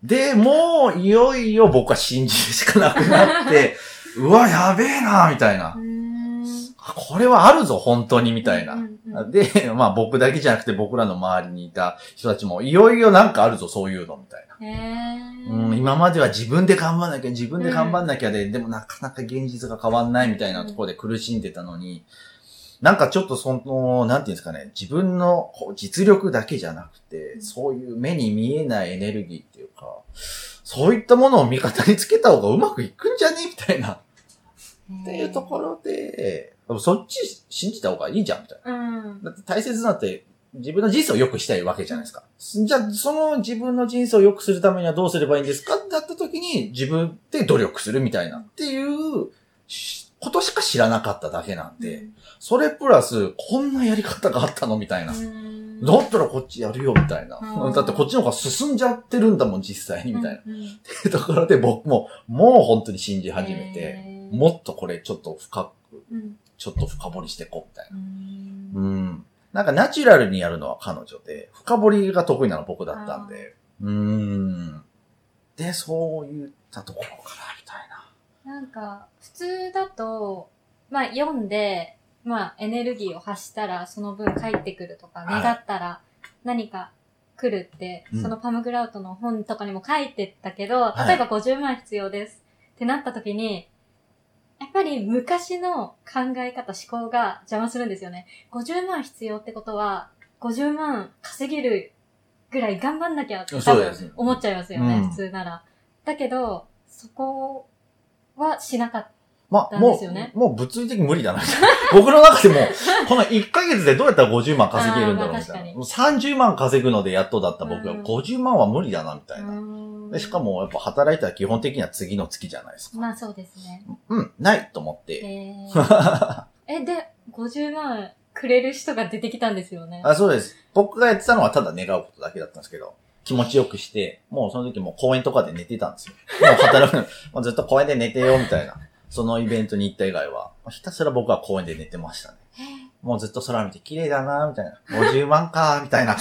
で、もう、いよいよ僕は信じるしかなくなって、うわ、やべえな、みたいな。これはあるぞ、本当に、みたいな。で、まあ僕だけじゃなくて僕らの周りにいた人たちも、いよいよなんかあるぞ、そういうの、みたいな。今までは自分で頑張んなきゃで、でもなかなか現実が変わんないみたいなところで苦しんでたのに、なんかちょっとその、なんていうんですかね、自分の実力だけじゃなくて、そういう目に見えないエネルギーっていうか、そういったものを味方につけた方がうまくいくんじゃねみたいな。っていうところで、そっち信じた方がいいじゃんみたいな。だって大切なって自分の人生を良くしたいわけじゃないですか。じゃあ、その自分の人生を良くするためにはどうすればいいんですかってなった時に自分で努力するみたいなっていうことしか知らなかっただけなんで、それプラスこんなやり方があったのみたいな。だったらこっちやるよみたいな。だってこっちの方が進んじゃってるんだもん実際にみたいな。っていうところで僕ももう本当に信じ始めて、もっとこれちょっと深く、ちょっと深掘りしていこうみたいな。なんかナチュラルにやるのは彼女で、深掘りが得意なのは僕だったんで。で、そういったところからみたいな。 なんか、普通だと、まあ読んで、まあエネルギーを発したらその分返ってくるとか、願ったら何か来るって、そのパムグラウトの本とかにも書いてたけど、例えば50万必要ですってなった時に、やっぱり昔の考え方、思考が邪魔するんですよね。50万必要ってことは、50万稼げるぐらい頑張んなきゃって多分思っちゃいますよね、普通なら。だけど、そこはしなかったんですよね。 もう物理的に無理だな。僕の中でも、この1ヶ月でどうやったら50万稼げるんだろうみたいな。30万稼ぐのでやっとだった僕は50万は無理だなみたいな。でしかもやっぱ働いたら基本的には次の月じゃないですか。 まあそうですね。 ないと思って。 で、50万くれる人が出てきたんですよね。 そうです。僕がやってたのはただ願うことだけだったんですけど、気持ちよくして、もうその時も公園とかで寝てたんですよ。もう働くの、もうずっと公園で寝てよみたいな。そのイベントに行った以外は、ひたすら僕は公園で寝てましたね。もうずっと空見て綺麗だなみたいな。50万かみたいな。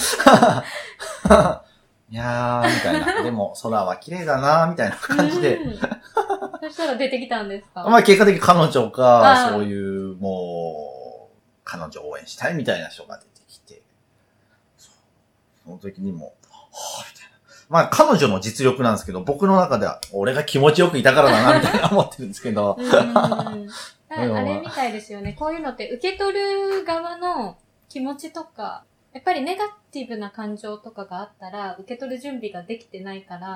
いやー、みたいな。でも、空は綺麗だなみたいな感じで。 そしたら出てきたんですか？ まあ、結果的に彼女が、そういう、もう、彼女を応援したいみたいな人が出てきて。その時にも、はぁ、みたいな。まあ、彼女の実力なんですけど、僕の中では、俺が気持ちよくいたからだな、みたいな思ってるんですけど。 あれみたいですよね。こういうのって受け取る側の気持ちとか、やっぱりネガティブな感情とかがあったら、受け取る準備ができてないから、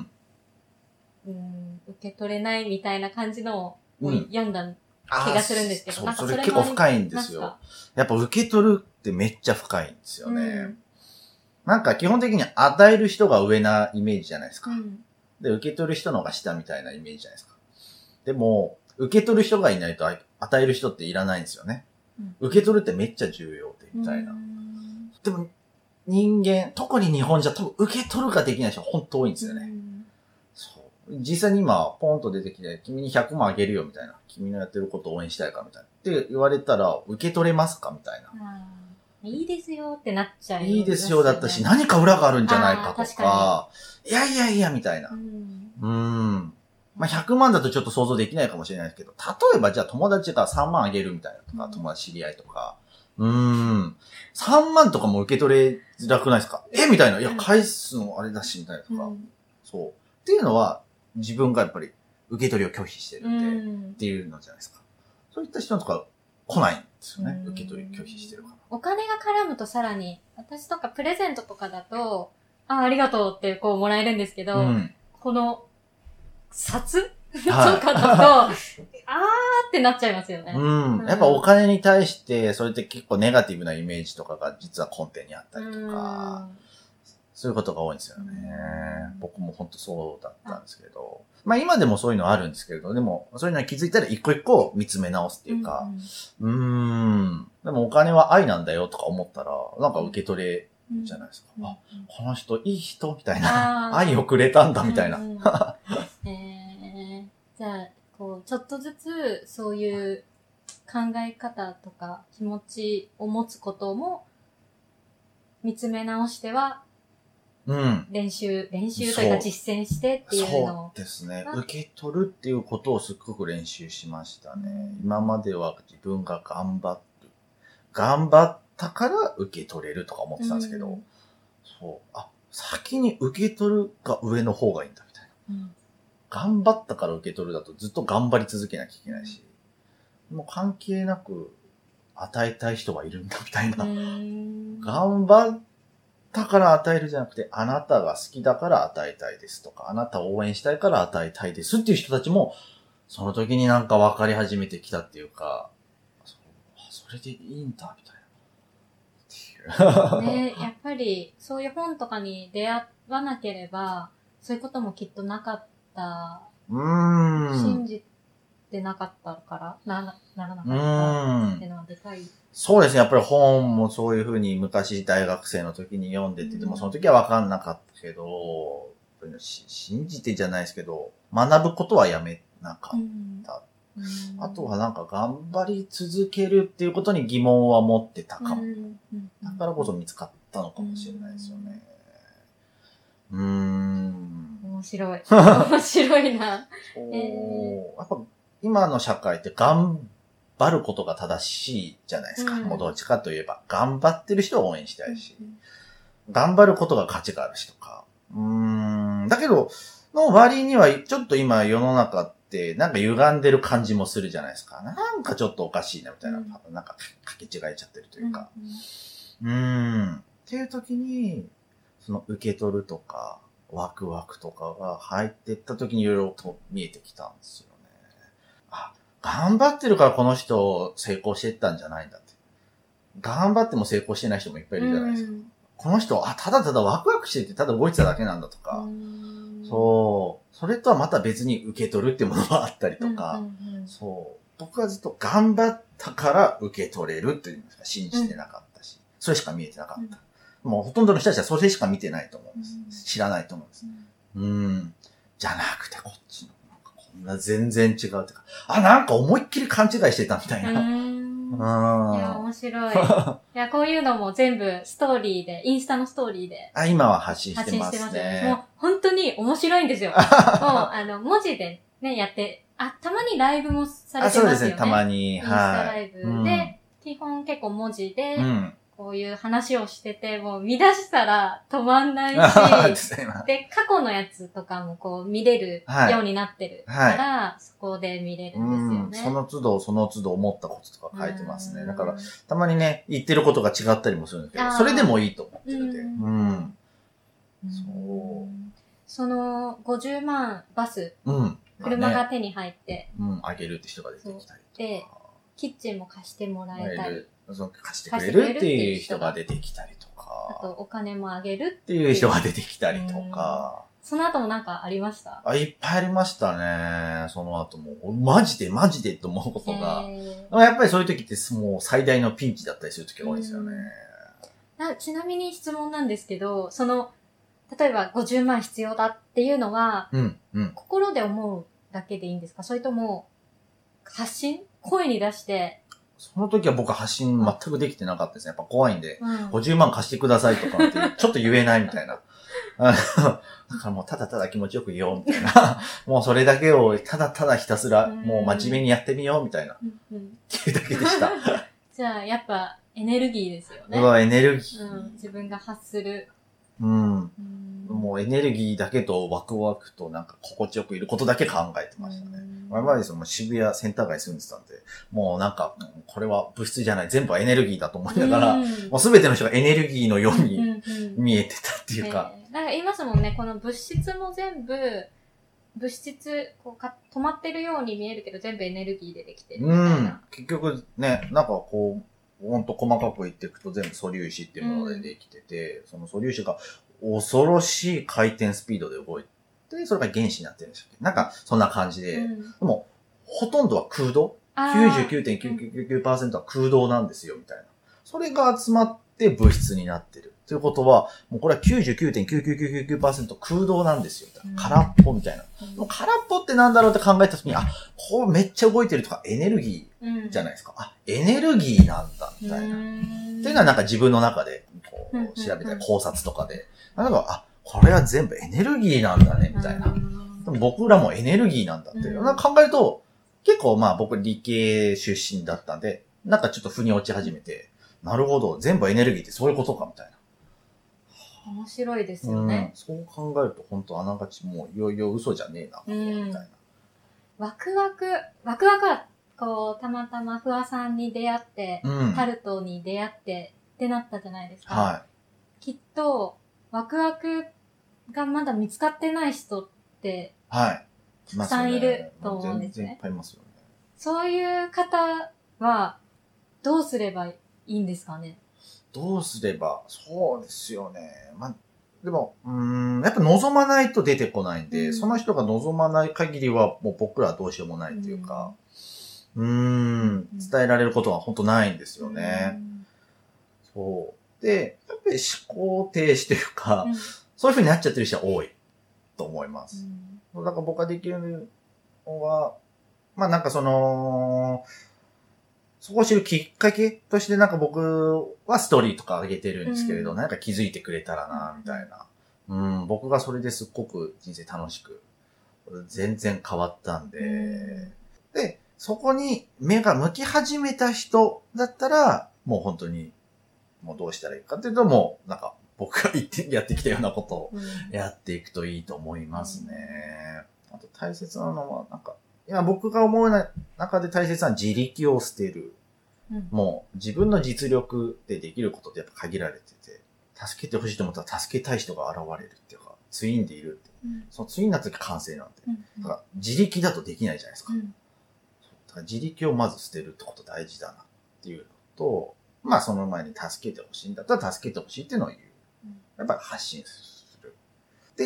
受け取れないみたいな感じのを読んだ気がするんですけど、 それ結構深いんですよ。やっぱ受け取るってめっちゃ深いんですよね。なんか基本的に与える人が上なイメージじゃないですか。で、受け取る人の方が下みたいなイメージじゃないですか。でも、受け取る人がいないと与える人っていらないんですよね。受け取るってめっちゃ重要で、みたいな。でも、人間、特に日本じゃ多分受け取るができない人本当多いんですよね。そう。実際に今、ポンと出てきて、君に100万あげるよ、みたいな。君のやってることを応援したいか、みたいな。って言われたら、受け取れますかみたいな。 いいですよってなっちゃう、ね。 いいですよだったし、何か裏があるんじゃないかと確か、いやいやいや、みたいな。まあ、100万だとちょっと想像できないかもしれないですけど、例えばじゃあ友達が3万あげるみたいなとか、友達知り合いとか、3万とかも受け取れづらくないですか？みたいな。いや、返すのあれだし、みたいなとか。そう。っていうのは、自分がやっぱり受け取りを拒否してるんで、っていうのじゃないですか。そういった人とか来ないんですよね。受け取り拒否してるから。 お金が絡むとさらに、私とかプレゼントとかだと、ありがとうってこうもらえるんですけど、この、札とかだと、ってなっちゃいますよね。やっぱお金に対して、それって結構ネガティブなイメージとかが実は根底にあったりとか、そういうことが多いんですよね。僕も本当そうだったんですけど。まあ今でもそういうのあるんですけれど、でもそういうのに気づいたら一個一個見つめ直すっていうか、でもお金は愛なんだよとか思ったら、なんか受け取れるじゃないですか。この人いい人みたいな。愛をくれたんだみたいな。 じゃあ、こう、ちょっとずつそういう考え方とか気持ちを持つことも見つめ直しては、練習というか実践してっていうのを。 そうですね。受け取るっていうことをすっごく練習しましたね。今までは自分が頑張ったから受け取れるとか思ってたんですけど、先に受け取るが上の方がいいんだみたいな。頑張ったから受け取るだとずっと頑張り続けなきゃいけないし、もう関係なく与えたい人がいるんだみたいな。頑張ったから与えるじゃなくて、あなたが好きだから与えたいですとか、あなたを応援したいから与えたいですっていう人たちも、その時になんか分かり始めてきたっていうか、それでいいんだみたいな。ね、やっぱりそういう本とかに出会わなければ、そういうこともきっとなかった。信じてなかったからならなかったっていうのはでかい。 そうですね。やっぱり本もそういうふうに昔大学生の時に読んでて、でもその時は分かんなかったけど、信じてじゃないですけど、学ぶことはやめなかった。あとはなんか頑張り続けるっていうことに疑問は持ってたかも。だからこそ見つかったのかもしれないですよね。 面白い。面白いな。 やっぱ今の社会って頑張ることが正しいじゃないですか。もうどっちかといえば。頑張ってる人を応援したいし。頑張ることが価値があるしとか。だけど、の割にはちょっと今世の中ってなんか歪んでる感じもするじゃないですか。なんかちょっとおかしいなみたいな。なんかかけ違えちゃってるというか。っていう時に、その受け取るとか、ワクワクとかが入っていった時にいろいろと見えてきたんですよね。頑張ってるからこの人成功していったんじゃないんだって。頑張っても成功してない人もいっぱいいるじゃないですか。この人、ただただワクワクしててただ動いてただけなんだとか。それとはまた別に受け取るってものがあったりとか。僕はずっと頑張ったから受け取れるっていうのしか信じてなかったし、それしか見えてなかった。もうほとんどの人たちはそれしか見てないと思うんです。知らないと思うんです。じゃなくてこっちの、こんな全然違うっていうか、なんか思いっきり勘違いしてたみたいな。 いや、面白い。いや、こういうのも全部ストーリーで、インスタのストーリーで。 今は発信してますね。 よね。もう本当に面白いんですよ。もう、文字でね、やって、たまにライブもされてますよね。 そうですね、たまに。 インスタライブで、基本結構文字で、こういう話をしてて、もう見出したら止まんないし、で、過去のやつとかもこう見れるようになってるから、そこで見れるんですよね。 その都度思ったこととか書いてますね。だから、たまにね、言ってることが違ったりもするんだけど、それでもいいと思ってるんで。 その50万バス、車が手に入って、 あげるって人が出てきたりで、キッチンも貸してもらえたり。 貸してくれるっていう人が出てきたりとか。 あと、お金もあげるっていう人が出てきたりとか。 その後もなんかありました？ いっぱいありましたね。その後も。マジでって思うことが。やっぱりそういう時ってもう最大のピンチだったりする時が多いですよね。 ちなみに質問なんですけど、例えば50万必要だっていうのは、心で思うだけでいいんですか？それとも、声に出して、 その時は僕は発信全くできてなかったですね。やっぱ怖いんで、 うん 50万貸してくださいとかって、ちょっと言えないみたいな。だからもうただただ気持ちよく言おうみたいな。もうそれだけをただただひたすらもう真面目にやってみようみたいな。っていうだけでした。 じゃあやっぱエネルギーですよね。 エネルギー。 自分が発する。 もうエネルギーだけとワクワクとなんか心地よくいることだけ考えてましたね。我々その渋谷センター街住んでたんで、もうなんか、これは物質じゃない、全部はエネルギーだと思いながら、もうすべての人がエネルギーのように見えてたっていうか。 だから言いますもんね、この物質も全部、物質、止まってるように見えるけど全部エネルギーでできてるみたいな。 結局ね、なんかこう、ほんと細かく言っていくと全部素粒子っていうものでできてて、その素粒子が恐ろしい回転スピードで動いて、で、それが原子になってるんですよ。なんか、そんな感じで。でも、ほとんどは空洞 ?99.999% は空洞なんですよ、みたいな。それが集まって物質になってる。ということは、もうこれは 99.99999% 空洞なんですよ、みたいな。空っぽみたいな。もう空っぽってなんだろうって考えたときに、こうめっちゃ動いてるとかエネルギーじゃないですか。エネルギーなんだ、みたいな。っていうのはなんか自分の中で、こう、調べたり考察とかで、なんか、これは全部エネルギーなんだね、みたいな。でも僕らもエネルギーなんだって。考えると、結構僕理系出身だったんで、なんかちょっと腑に落ち始めて、なるほど、全部エネルギーってそういうことか、みたいな。 面白いですよね。 そう考えると本当あながちもういよいよ嘘じゃねえな、みたいな。 ワクワクは、こう、たまたまフワさんに出会って、タルトに出会ってってなったじゃないですか。 はい。 きっと、ワクワクがまだ見つかってない人って、 はい。 たくさんいると思うんですね。 全然いっぱいいますよね。 そういう方は、どうすればいいんですかね？ どうすれば、そうですよね。でも、やっぱ望まないと出てこないんで、その人が望まない限りは、もう僕らはどうしようもないっていうか、伝えられることは本当ないんですよね。そう。で、やっぱり思考停止というか、そういう風になっちゃってる人は多いと思います。だから僕ができるのは、なんかそこを知るきっかけとしてなんか僕はストーリーとか上げてるんですけれど、なんか気づいてくれたらな、みたいな。僕がそれですっごく人生楽しく、全然変わったんで、で、そこに目が向き始めた人だったら、もう本当に、もうどうしたらいいかっていうと、もうなんか僕がやってきたようなことをやっていくといいと思いますね。あと大切なのは、なんか、今僕が思う中で大切なのは自力を捨てる。もう自分の実力でできることってやっぱ限られてて、助けてほしいと思ったら助けたい人が現れるっていうか、ツインでいるって。そのツインになった時完成なんで。だから自力だとできないじゃないですか。だから自力をまず捨てるってこと大事だなっていうのと、その前に助けてほしいんだったら助けてほしいっていうのを言う。やっぱり発信する。で、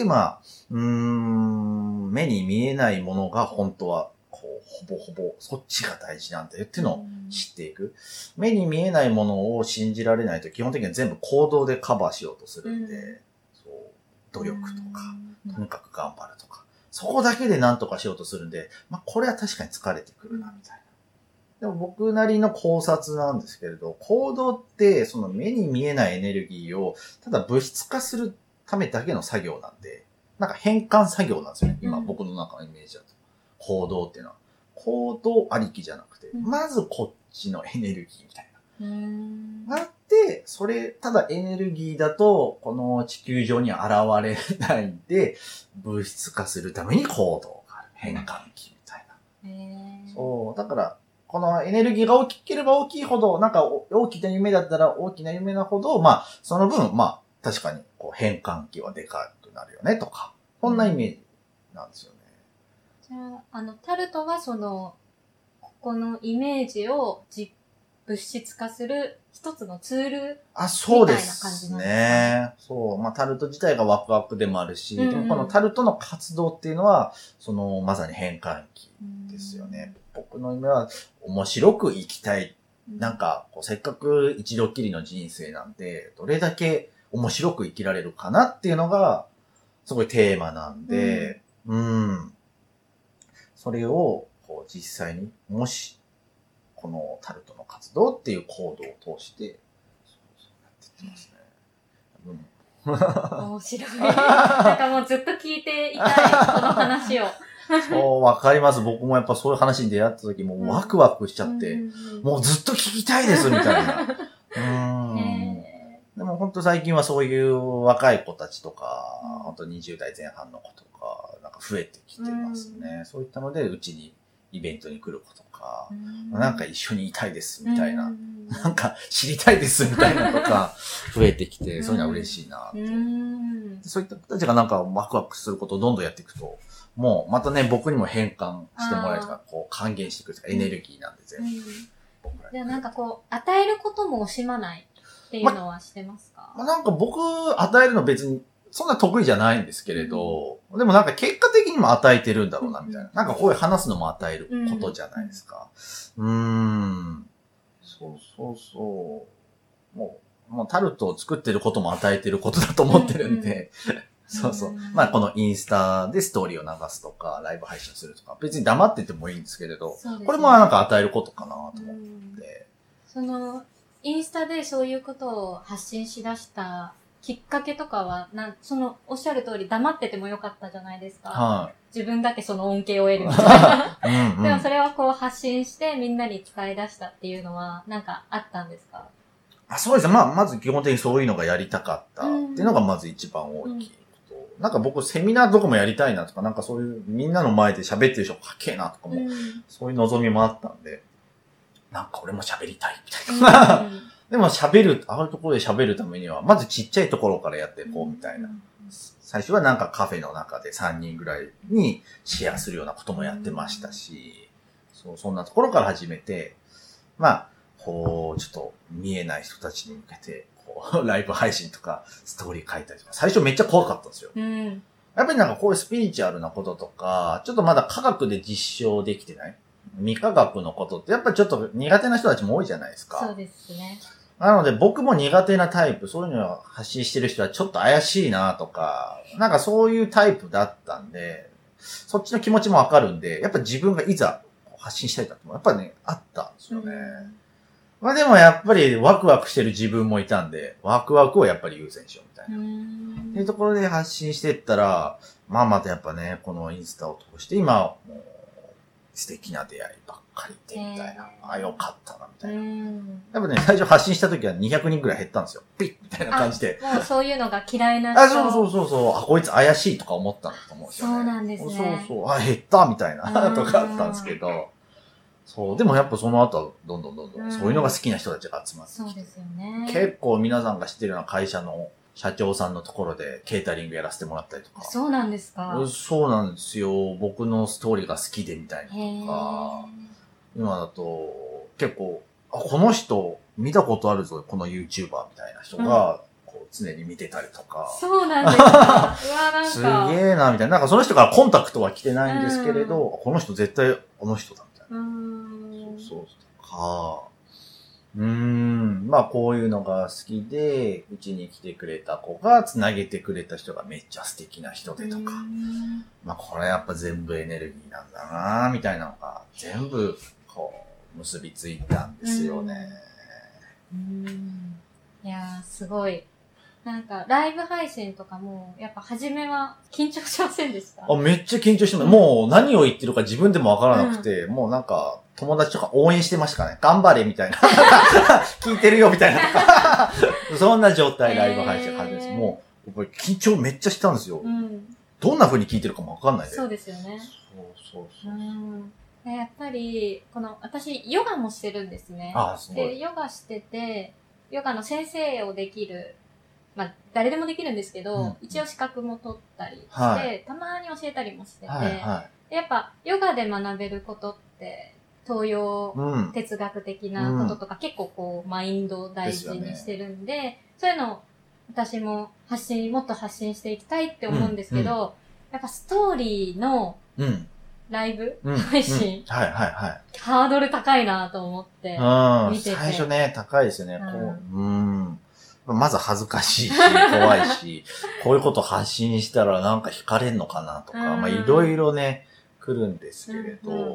目に見えないものが本当は、ほぼほぼそっちが大事なんだよっていうのを知っていく。目に見えないものを信じられないと基本的には全部行動でカバーしようとするんで、努力とか、とにかく頑張るとか、そこだけで何とかしようとするんで、これは確かに疲れてくるな、みたいな。でも僕なりの考察なんですけれど、行動ってその目に見えないエネルギーをただ物質化するためだけの作業なんで、なんか変換作業なんですよね。今僕の中のイメージだと。行動っていうのは。行動ありきじゃなくて、まずこっちのエネルギーみたいな。あって、それ、ただエネルギーだと、この地球上に現れないんで、物質化するために行動がある。変換器みたいな。そう。だから、このエネルギーが大きければ大きいほど、なんか大きな夢だったら大きな夢なほど、その分、確かに変換器はでかくなるよねとか、こんなイメージなんですよね。 じゃあ、タルトはここのイメージを物質化する一つのツールみたいな感じなんですかね。 そうですね。そう。タルト自体がワクワクでもあるし、でもこのタルトの活動っていうのは、まさに変換器ですよね。僕の夢は面白く生きたい。なんか、せっかく一度きりの人生なんで、どれだけ面白く生きられるかなっていうのが、すごいテーマなんで、それを、実際に、もし、 このタルトの活動っていうコードを通して、そうやってますね。 面白い。なんかもうずっと聞いていたい、この話を。 そう、わかります。僕もやっぱそういう話に出会った時もワクワクしちゃって、もうずっと聞きたいです、みたいな。でも本当最近はそういう若い子たちとか、本当20代前半の子とか、なんか増えてきてますね。そういったので、うちにイベントに来る子とか、なんか一緒にいたいです、みたいな。なんか知りたいです、みたいなとか、増えてきて、そういうのは嬉しいなって。そういった子たちがなんかワクワクすることをどんどんやっていくと、もうまたね、僕にも変換してもらえるとか、こう還元してくるとか、エネルギーなんで全部。 じゃあなんかこう、与えることも惜しまないっていうのはしてますか？ なんか僕、与えるの別に、そんな得意じゃないんですけれど、でもなんか結果的にも与えてるんだろうな、みたいな。なんかこういう話すのも与えることじゃないですか。もうタルトを作ってることも与えてることだと思ってるんで、そうそう。まあこのインスタでストーリーを流すとか、ライブ配信するとか、別に黙っててもいいんですけれど、これもなんか与えることかなと思って。 インスタでそういうことを発信しだしたきっかけとかは、おっしゃる通り黙っててもよかったじゃないですか。 はい。 自分だけその恩恵を得るみたいな。でもそれはこう発信してみんなに使い出したっていうのは、なんかあったんですか？ そうですね。まず基本的にそういうのがやりたかったっていうのがまず一番大きいこと。なんか僕セミナーとかもやりたいなとか、なんかそういうみんなの前で喋ってる人かっけえなとかも、そういう望みもあったんで、なんか俺も喋りたいみたいな。でもああいうところで喋るためには、まずちっちゃいところからやっていこうみたいな。最初はなんかカフェの中で3人ぐらいにシェアするようなこともやってましたし、そんなところから始めて、こう、ちょっと見えない人たちに向けて、ライブ配信とかストーリー書いたりとか、最初めっちゃ怖かったんですよ。やっぱりなんかこういうスピリチュアルなこととか、ちょっとまだ科学で実証できてない未科学のことってやっぱりちょっと苦手な人たちも多いじゃないですか。 そうですね。 なので僕も苦手なタイプ、そういうのを発信してる人はちょっと怪しいなとか、なんかそういうタイプだったんで、そっちの気持ちもわかるんで、やっぱ自分がいざ発信したいだともやっぱね、あったんですよね。でもやっぱりワクワクしてる自分もいたんで、ワクワクをやっぱり優先しようみたいな。っていうところで発信していったら、またやっぱね、このインスタを通して今、もう素敵な出会いばっかりでみたいな。よかったな、みたいな。やっぱね、最初発信した時は200人くらい減ったんですよ。ピッみたいな感じで。 もうそういうのが嫌いな人。 そう。こいつ怪しいとか思ったんだと思うんですよね。 そうなんですね。 減ったみたいなとかあったんですけど。でもやっぱその後はどんどんそういうのが好きな人たちが集まってきて。 そうですよね。 結構皆さんが知ってるような会社の社長さんのところでケータリングやらせてもらったりとか。 そうなんですか？ そうなんですよ。僕のストーリーが好きでみたいなとか。今だと結構、この人見たことあるぞ、この YouTuber みたいな人が、常に見てたりとか。 そうなんですか。うわ、なんか。 すげえな、みたいな。なんかその人からコンタクトは来てないんですけれど、この人絶対この人だ、みたいな。そうとか。こういうのが好きで、うちに来てくれた子が繋げてくれた人がめっちゃ素敵な人でとか。これやっぱ全部エネルギーなんだなみたいなのが全部結びついたんですよね。 いやー、すごい。なんか、ライブ配信とかも、やっぱ初めは緊張しませんでした？ めっちゃ緊張してます。もう何を言ってるか自分でもわからなくて、もうなんか、友達とか応援してましたかね。頑張れみたいな。聞いてるよみたいなとか。そんな状態、ライブ配信始めです。もう、緊張めっちゃしたんですよ。どんな風に聞いてるかもわかんないで。 そうですよね。やっぱり、私、ヨガもしてるんですね。で、ヨガしてて、ヨガの先生をできる、誰でもできるんですけど、一応資格も取ったりして、たまに教えたりもしてて、やっぱ、ヨガで学べることって、東洋哲学的なこととか、結構マインドを大事にしてるんで、そういうのを私ももっと発信していきたいって思うんですけど、やっぱストーリーのライブ配信、ハードル高いなと思って見てて。 最初ね、高いですよね。まず恥ずかしいし、怖いし、こういうこと発信したらなんか惹かれんのかなとか、いろいろね、来るんですけれど、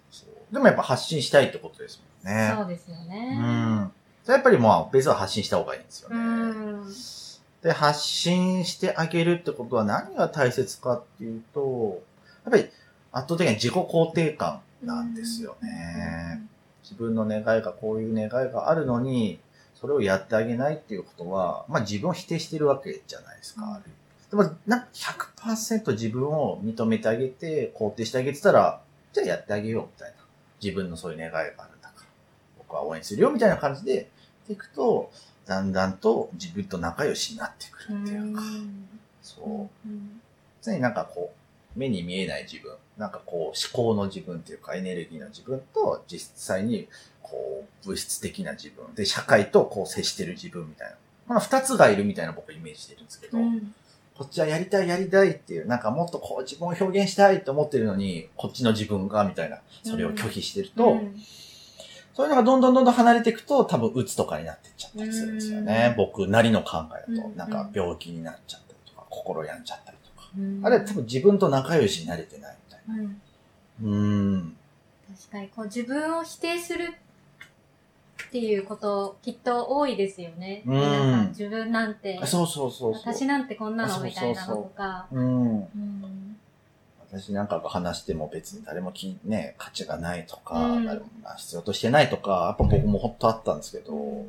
そうでもやっぱ発信したいってことですもんね。 そうですよね。 やっぱりまあ、ベースは発信した方がいいんですよね。 うんで、発信してあげるってことは何が大切かっていうと、やっぱり圧倒的に自己肯定感なんですよね。自分の願いがこういう願いがあるのに、それをやってあげないっていうことは、まあ自分を否定してるわけじゃないですか。でも、100% 自分を認めてあげて、肯定してあげてたら、じゃあやってあげようみたいな。自分のそういう願いがあるんだから、僕は応援するよみたいな感じで、いくと、だんだんと自分と仲良しになってくるっていうか、そう。常になんかこう、目に見えない自分、なんかこう、思考の自分っていうか、エネルギーの自分と、実際に、こう、物質的な自分で、社会とこう接してる自分みたいな。まあ、二つがいるみたいな僕はイメージしてるんですけど、こっちはやりたいっていう、なんかもっとこう自分を表現したいと思ってるのに、こっちの自分がみたいな、それを拒否してると、そういうのがどんどん離れていくと、多分鬱とかになっていっちゃったりするんですよね。僕なりの考えだと、なんか病気になっちゃったりとか、心病んじゃったりとか。あれは多分自分と仲良しになれてないみたいな。 確かに、こう自分を否定するっていうこと、きっと多いですよね。皆さん、自分なんて、私なんてこんなのみたいなのとか。 私なんかが話しても別に誰も価値がないとか、誰も必要としてないとか、やっぱ僕もほんとあったんですけど、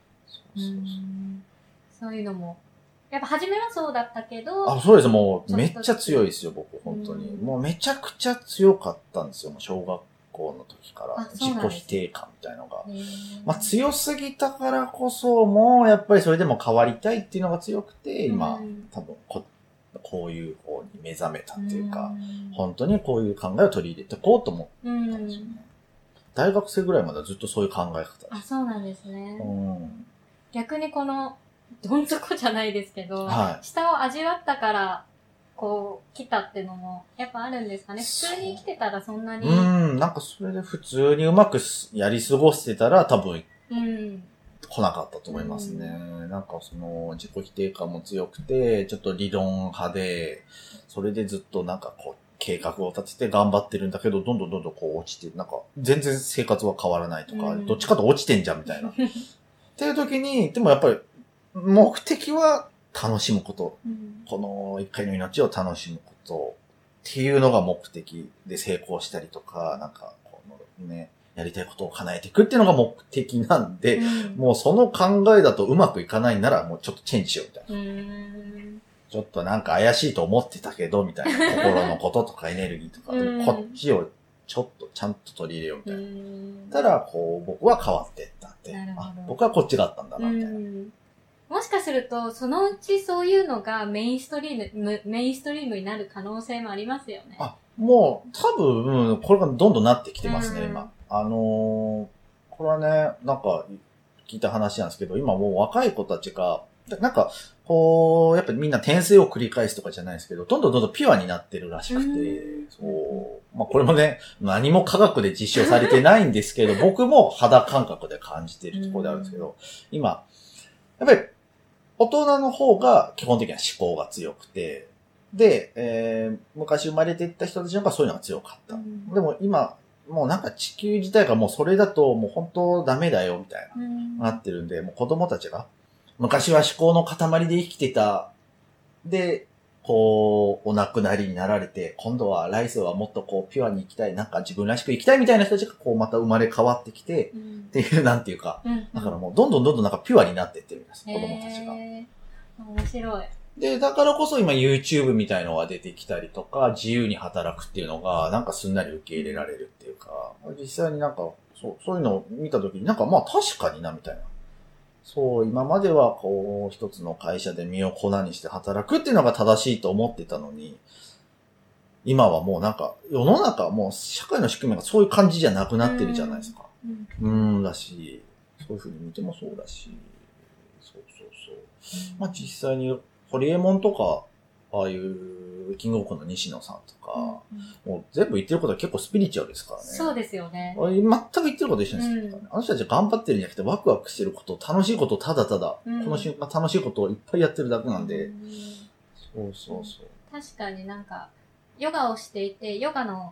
そういうのも、やっぱ初めはそうだったけど、 そうです。もうめっちゃ強いですよ、僕、本当に。もうめちゃくちゃ強かったんですよ、もう小学校の時から。自己否定感みたいなのが。まあ強すぎたからこそ、もうやっぱりそれでも変わりたいっていうのが強くて、今、多分こういう方に目覚めたっていうか、本当にこういう考えを取り入れていこうと思ったんですよね。大学生ぐらいまではずっとそういう考え方。 そうなんですね。逆にこの、どん底じゃないですけど、下を味わったから、こう、来たってのも、やっぱあるんですかね。普通に生きてたらそんなに。 なんかそれで普通にうまくやり過ごしてたら多分、来なかったと思いますね。なんかその自己否定感も強くて、ちょっと理論派で、それでずっとなんかこう計画を立てて頑張ってるんだけど、どんどんこう落ちて、なんか全然生活は変わらないとか、どっちかと落ちてんじゃんみたいな。っていう時に、でもやっぱり目的は楽しむこと。この一回の命を楽しむことっていうのが目的で成功したりとか、なんかこのね、やりたいことを叶えていくっていうのが目的なんで、もうその考えだとうまくいかないならもうちょっとチェンジしようみたいな。ちょっとなんか怪しいと思ってたけど、みたいな。心のこととかエネルギーとか、こっちをちょっとちゃんと取り入れようみたいな。たら、こう、僕は変わっていったって。僕はこっちがあったんだな、みたいな。 もしかすると、そのうちそういうのがメインストリームになる可能性もありますよね。 もう、多分、これがどんどんなってきてますね、今。これはね、なんか、聞いた話なんですけど、今もう若い子たちが、なんか、こう、やっぱりみんな転生を繰り返すとかじゃないですけど、どんどんピュアになってるらしくて、そう。まあこれもね、何も科学で実証されてないんですけど、僕も肌感覚で感じているところであるんですけど、今、やっぱり、大人の方が基本的には思考が強くて、で、昔生まれていった人たちの方がそういうのが強かった。でも今、もうなんか地球自体がもうそれだともう本当ダメだよみたいな、なってるんで、もう子供たちが、昔は思考の塊で生きてた。で、こう、お亡くなりになられて、今度は来世はもっとこう、ピュアに生きたい、なんか自分らしく生きたいみたいな人たちがこう、また生まれ変わってきて、っていう、なんていうか、だからもう、どんどんなんかピュアになっていってるんです、子供たちが。 面白い。 で、だからこそ今 YouTube みたいのが出てきたりとか、自由に働くっていうのが、なんかすんなり受け入れられるっていうか、実際になんか、そういうのを見たときになんかまあ確かにな、みたいな。そう、今まではこう、一つの会社で身を粉にして働くっていうのが正しいと思ってたのに、今はもうなんか、世の中もう社会の仕組みがそういう感じじゃなくなってるじゃないですか。だし、そういうふうに見てもそうだし、そう。まあ実際に、ホリエモンとか、ああいうキングオブコントの西野さんとか、もう全部言ってることは結構スピリチュアルですからね。 そうですよね。 全く言ってること一緒ですからね。あの人たちは頑張ってるんじゃなくてワクワクしてること、楽しいことをただただ、この瞬間楽しいことをいっぱいやってるだけなんで、そう。 確かになんか、ヨガをしていて、ヨガの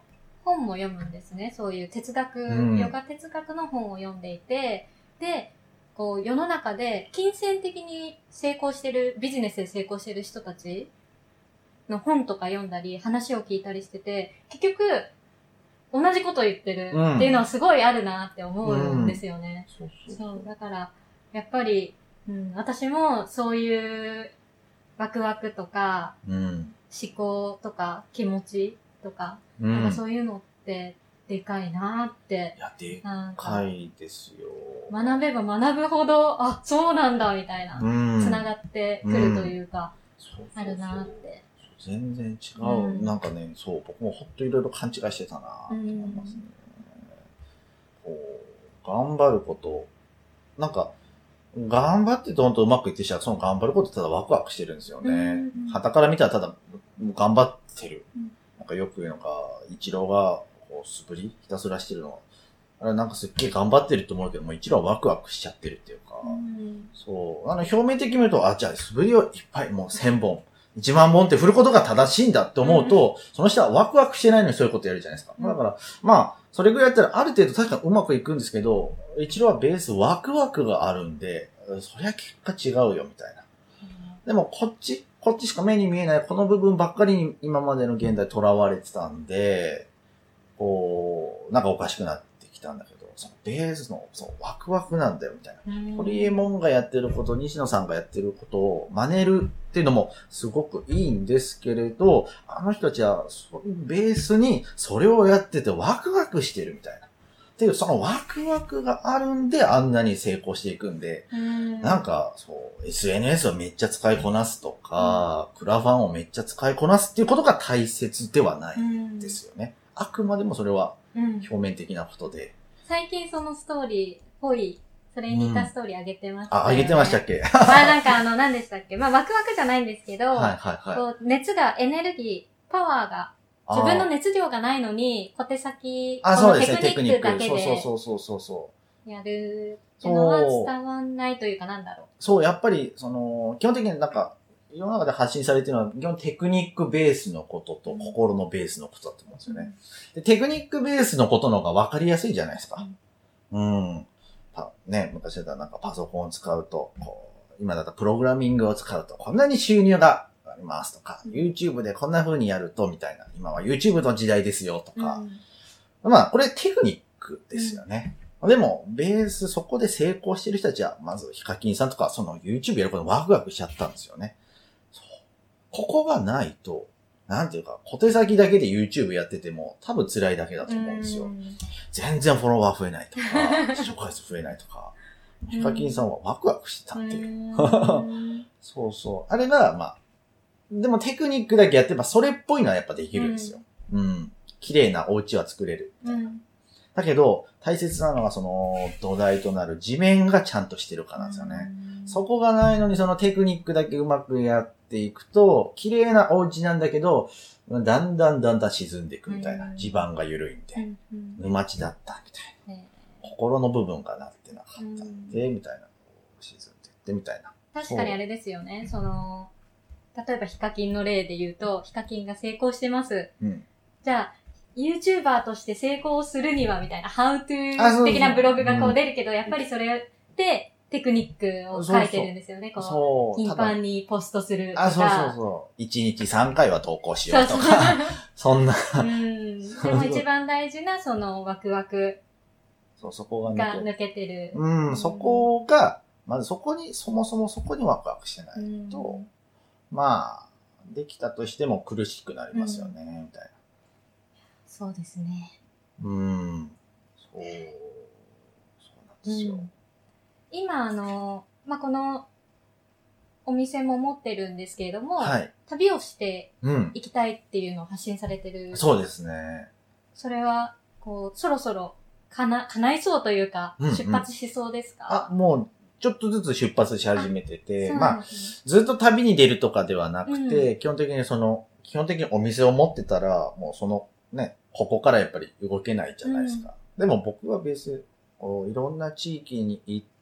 本も読むんですね。そういう哲学、ヨガ哲学の本を読んでいて、で、こう世の中で金銭的に成功してる、ビジネスで成功してる人たちの本とか読んだり、話を聞いたりしてて、結局、同じこと言ってるっていうのはすごいあるなって思うんですよね。そう。だから、やっぱり、私もそういうワクワクとか、思考とか気持ちとか、なんかそういうのってでかいなって。 いや、でかいですよ。 学べば学ぶほど、あ、そうなんだみたいな、繋がってくるというか、あるなって。 全然違う。なんかね、そう、僕もほんといろいろ勘違いしてたなと思いますね。こう、頑張ること、なんか、頑張ってどんどんうまくいってしたら、その頑張ることただワクワクしてるんですよね。傍から見たらただ頑張ってる。なんかよく言うのが、イチローがこう素振りひたすらしてるの。あれなんかすっげえ頑張ってると思うけども、イチローはワクワクしちゃってるっていうか。そう。表面的に見ると、あ、じゃあ素振りをいっぱいもう1000本。1万本って振ることが正しいんだって思うと、その人はワクワクしてないのにそういうことやるじゃないですか。だから、まあ、それぐらいやったらある程度確かにうまくいくんですけど、一度はベースワクワクがあるんで、そりゃ結果違うよみたいな。でもこっちしか目に見えないこの部分ばっかりに今までの現代囚われてたんで、こう、なんかおかしくなってきたんだけど、そのベースのワクワクなんだよみたいな。ホリエモンがやってること、西野さんがやってることを真似るっていうのもすごくいいんですけれど、あの人たちはベースにそれをやっててワクワクしてるみたいな。っていう、そのワクワクがあるんであんなに成功していくんで、なんか、そう、SNS をめっちゃ使いこなすとか、クラファンをめっちゃ使いこなすっていうことが大切ではないんですよね。あくまでもそれは表面的なことで。 最近そのストーリーっぽい、それに似たストーリー上げてました、ね。 あ、上げてましたっけなんか何でしたっけワクワクじゃないんですけど、 こう熱が、エネルギー、パワーが、自分の熱量がないのに、小手先、このテクニックだけで、やるっていうのは伝わんないというかなんだろう。 そう、やっぱり、基本的になんか、世の中で発信されているのは、基本テクニックベースのことと心のベースのことだと思うんですよね。でテクニックベースのことの方が分かりやすいじゃないですか。ね、昔だったらなんかパソコンを使うと、今だったらプログラミングを使うと、こんなに収入がありますとか、YouTube でこんな風にやるとみたいな、今は YouTube の時代ですよとか、まあ、これテクニックですよね。でも、ベース、そこで成功してる人たちは、まず、ヒカキンさんとか、その YouTube やることにワクワクしちゃったんですよね。ここがないと、なんていうか、小手先だけで YouTube やってても、多分辛いだけだと思うんですよ。全然フォロワー増えないとか、視聴回数増えないとか、ヒカキンさんはワクワクしてたっていう。そうそう。あれが、まあ、でもテクニックだけやってば、それっぽいのはやっぱできるんですよ。綺麗なお家は作れるみたいな。だけど、大切なのはその土台となる地面がちゃんとしてるかなんですよね。そこがないのにそのテクニックだけうまくやっていくと、綺麗なお家なんだけど、だんだん沈んでいくみたいな。地盤が緩いんで。沼地だったみたいな。心の部分がなってなかったんで、みたいな。沈んでいってみたいな。 確かにあれですよね。例えばヒカキンの例で言うと、ヒカキンが成功してます。じゃあ、YouTuber として成功するにはみたいな、How to 的なブログがこう出るけど、やっぱりそれでテクニックを書いてるんですよね。頻繁にポストするとか。 1日3回は投稿しようとか。そんな。 でも一番大事なそのワクワクそこが抜けてる。 そこが、まずそもそもそこにワクワクしてないと、まあ、できたとしても苦しくなりますよね、みたいな。 そうですね。 そうなんですよ。 今このお店も持ってるんですけれども、旅をしていきたいっていうのを発信されてる。 そうですね。 それは、そろそろ叶いそうというか、出発しそうですか？ もう、ちょっとずつ出発し始めてて、まあ、ずっと旅に出るとかではなくて、基本的にお店を持ってたら、もうね、ここからやっぱり動けないじゃないですか。でも僕はベース、いろんな地域に行って、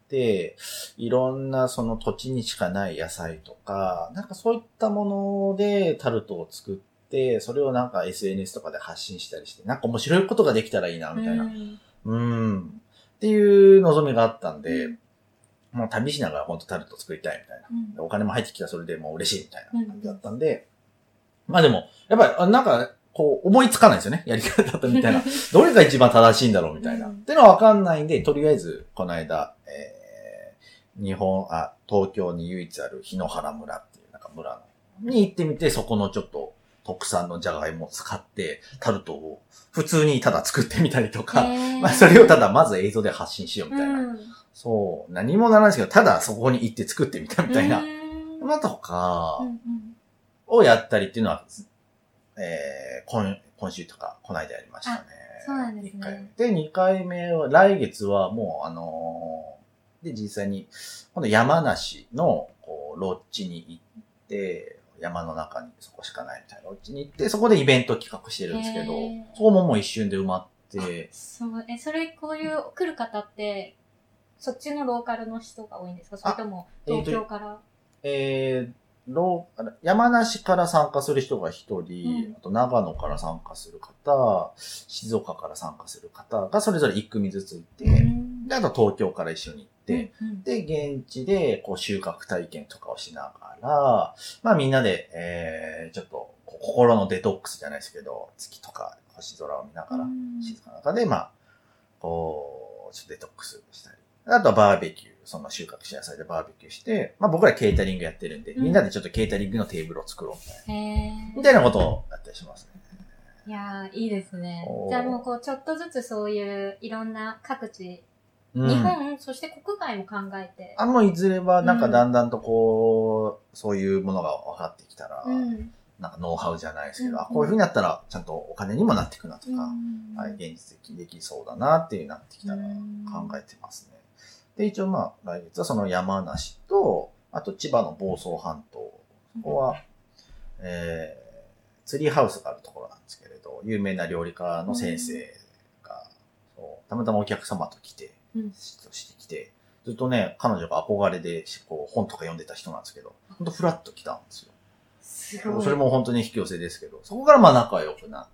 いろんなその土地にしかない野菜とか、なんかそういったものでタルトを作って、それをなんか SNS とかで発信したりして、なんか面白いことができたらいいな、みたいな。っていう望みがあったんで、もう旅しながら本当タルト作りたいみたいな。お金も入ってきたらそれでもう嬉しいみたいな感じだったんで、まあでも、やっぱりなんか、こう思いつかないですよね。やり方だったみたいな。どれが一番正しいんだろうみたいな。っていうのはわかんないんで、とりあえず、この間、東京に唯一ある檜原村っていうなんか村に行ってみて、そこのちょっと特産のじゃがいもを使って、タルトを普通にただ作ってみたりとか、まあそれをただまず映像で発信しようみたいな。そう、何もならないですけど、ただそこに行って作ってみたみたいな。のとか、をやったりっていうのは、今週とか、この間やりましたね。 そうなんですね。 で、2回目は、来月はもうで、実際に、今度山梨の、こう、ロッジに行って、山の中にそこしかないみたいなロッジに行って、そこでイベント企画してるんですけど、そこももう一瞬で埋まって。 そう、それ、こういう来る方って、そっちのローカルの人が多いんですか？それとも、東京から？ 山梨から参加する人が一人、あと長野から参加する方、静岡から参加する方がそれぞれ一組ずついて、で、あと東京から一緒に行って、で、現地でこう収穫体験とかをしながら、まあみんなで、ちょっと心のデトックスじゃないですけど、月とか星空を見ながら、静かな中で、まあ、こう、ちょっとデトックスしたり。あとはバーベキュー。その収穫した野菜でバーベキューして、まあ僕らケータリングやってるんで、みんなでちょっとケータリングのテーブルを作ろうみたいな。みたいなことをやったりしますね。 いやー、いいですね。じゃあもうこう、ちょっとずつそういういろんな各地、日本、そして国外も考えて。 もういずれはなんかだんだんとこう、そういうものが分かってきたら、なんかノウハウじゃないですけど、こういう風になったらちゃんとお金にもなっていくなとか、現実的にできそうだなっていうなってきたら考えてますね。で、一応まあ、来月はその山梨と、あと千葉の房総半島。ここは、ツリーハウスがあるところなんですけれど、有名な料理家の先生が、たまたまお客様と来て、してきて、ずっとね、彼女が憧れで、こう本とか読んでた人なんですけど、ほんとフラッと来たんですよ。すごい。それも本当に引き寄せですけど、そこからまあ仲良くなって、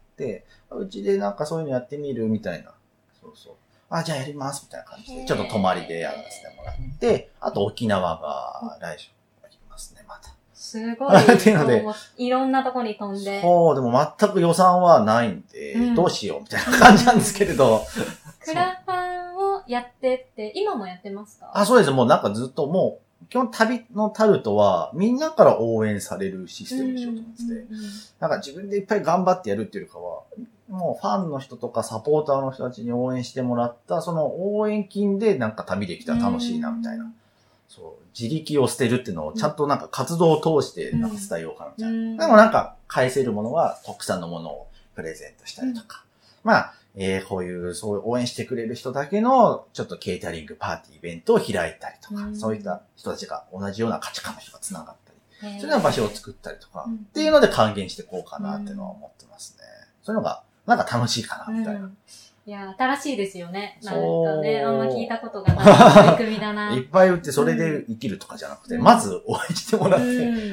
うちでなんかそういうのやってみるみたいな。そうそう。じゃあやりますみたいな感じで、ちょっと泊まりでやらせてもらって、あと沖縄が来週ありますね、また。 すごい。っていうので、いろんなとこに飛んで。 そう、でも全く予算はないんで、どうしようみたいな感じなんですけれど。 クラファンをやってって、今もやってますか？ そうです。もうなんかずっともう、基本旅のタルトはみんなから応援されるシステムにしようと思ってて、なんか自分でいっぱい頑張ってやるっていうかは、もうファンの人とかサポーターの人たちに応援してもらった、その応援金でなんか旅できたら楽しいなみたいな。そう、自力を捨てるっていうのをちゃんとなんか活動を通してなんか伝えようかなみたいな。でもなんか返せるものは特産のものをプレゼントしたりとか。まあ、こういう応援してくれる人だけのちょっとケータリングパーティーイベントを開いたりとか、そういった人たちが同じような価値観の人が繋がったり、そういうような場所を作ったりとか、っていうので還元していこうかなっていうのは思ってますね。そういうのがなんか楽しいかなみたいな。 いや、新しいですよね。なんかね、あんま聞いたことがない取り組みだな。 いっぱい売ってそれで生きるとかじゃなくて、まず応援してもらって、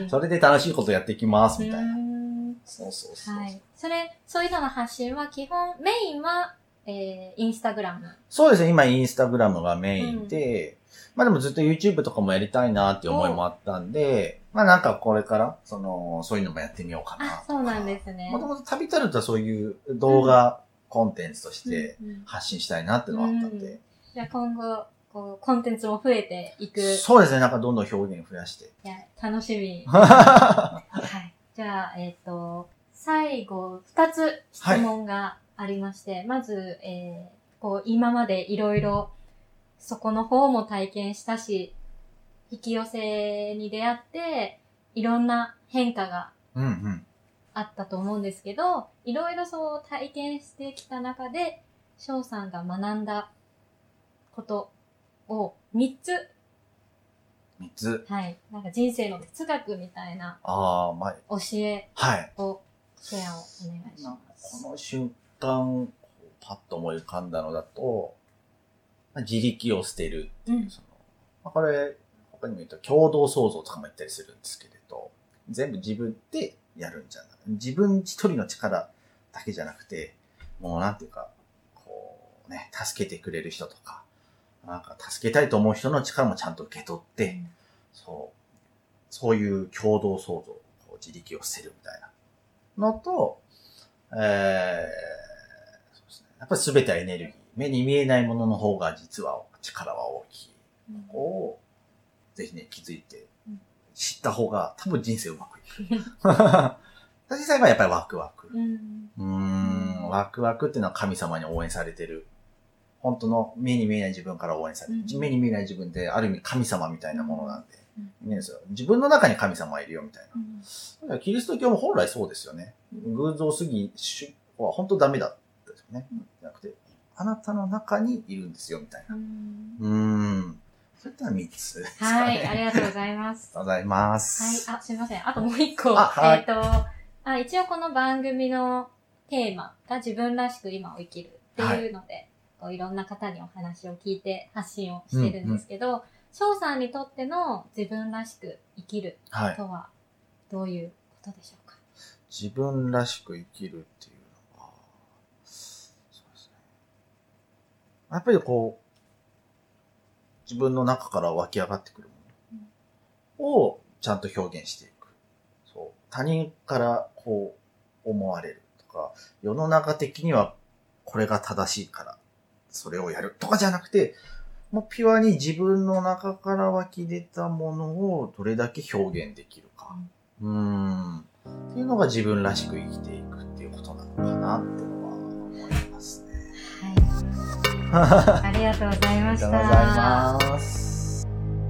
それで楽しいことやっていきますみたいな。そうそうそう。 はい。そういうのの発信は基本、メインは、インスタグラム。 そうですね。今インスタグラムがメインで、まあでもずっと YouTube とかもやりたいなっていう思いもあったんで、まあなんかこれから、そういうのもやってみようかな。 そうなんですね。 もともと旅タルトはそういう動画、コンテンツとして発信したいなっていうのがあったんで。 じゃあ今後、こう、コンテンツも増えていく。 そうですね。なんかどんどん表現増やして。 いや、楽しみ。はい。じゃあ、最後、2つ質問がありまして、まず、こう、今までいろいろ、そこの方も体験したし、引き寄せに出会って、いろんな変化があったと思うんですけど、いろいろそう体験してきた中で、翔さんが学んだことを3つ。 3つ。 はい。なんか人生の哲学みたいな教えを、シェアをお願いします。 この瞬間、パッと思い浮かんだのだと、自力を捨てるっていう、これ、他にも言うと共同創造とかも言ったりするんですけれど、 全部自分でやるんじゃない。自分一人の力だけじゃなくて、もうなんていうか、こうね、助けてくれる人とか、なんか助けたいと思う人の力もちゃんと受け取って、そういう共同創造、自力を捨てるみたいなのと、そうですね、やっぱり全てはエネルギー。目に見えないものの方が実は力は大きい。ここをぜひね、気づいて、知った方が多分人生うまくいく。私さえはやっぱりワクワク。ワクワクっていうのは神様に応援されてる。本当の目に見えない自分から応援されてる。目に見えない自分ってある意味神様みたいなものなんで。自分の中に神様はいるよみたいな。だからキリスト教も本来そうですよね。偶像主義は本当ダメだったですよね。じゃなくて、あなたの中にいるんですよみたいな。そういった3つですかね。 はい、ありがとうございます。 ありがとうございます。 はい、すいません。あともう1個。一応この番組のテーマが自分らしく今を生きるっていうので、いろんな方にお話を聞いて発信をしてるんですけど、翔さんにとっての自分らしく生きるとはどういうことでしょうか？ 自分らしく生きるっていうのは、そうですね。やっぱりこう、自分の中から湧き上がってくるものをちゃんと表現していく。そう。他人からこう思われるとか、世の中的にはこれが正しいからそれをやるとかじゃなくて、もうピュアに自分の中から湧き出たものをどれだけ表現できるか。っていうのが自分らしく生きていくっていうことなのかなっていうのは思いますね。 はい。ありがとうございました。 ありがとうございます。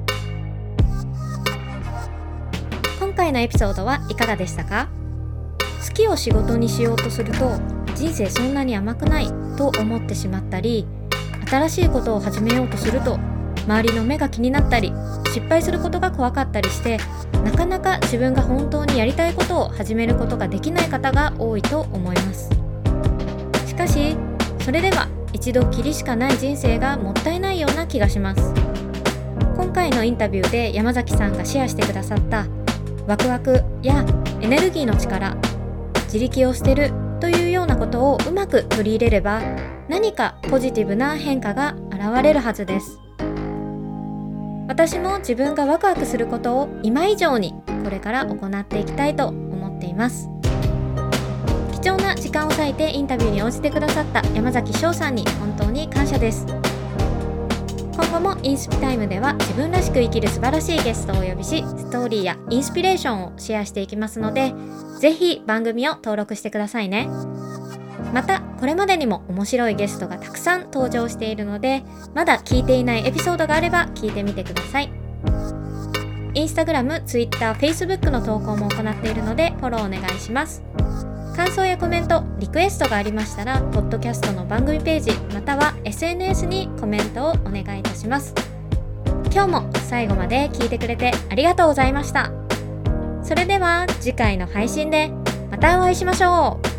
今回のエピソードはいかがでしたか？好きを仕事にしようとすると人生そんなに甘くないと思ってしまったり、新しいことを始めようとすると周りの目が気になったり、失敗することが怖かったりして、なかなか自分が本当にやりたいことを始めることができない方が多いと思います。しかしそれでは一度きりしかない人生がもったいないような気がします。今回のインタビューで山崎さんがシェアしてくださったワクワクやエネルギーの力、自力を捨てるというようなことをうまく取り入れれば、何かポジティブな変化が現れるはずです。私も自分がワクワクすることを今以上にこれから行っていきたいと思っています。貴重な時間を割いてインタビューに応じてくださった山崎翔さんに本当に感謝です。今後もインスピタイムでは自分らしく生きる素晴らしいゲストをお呼びし、ストーリーやインスピレーションをシェアしていきますので、ぜひ番組を登録してくださいね。またこれまでにも面白いゲストがたくさん登場しているので、まだ聞いていないエピソードがあれば聞いてみてください。インスタグラム、ツイッター、フェイスブックの投稿も行っているのでフォローお願いします。感想やコメント、リクエストがありましたら、ポッドキャストの番組ページまたは SNS にコメントをお願いいたします。今日も最後まで聞いてくれてありがとうございました。それでは次回の配信でまたお会いしましょう。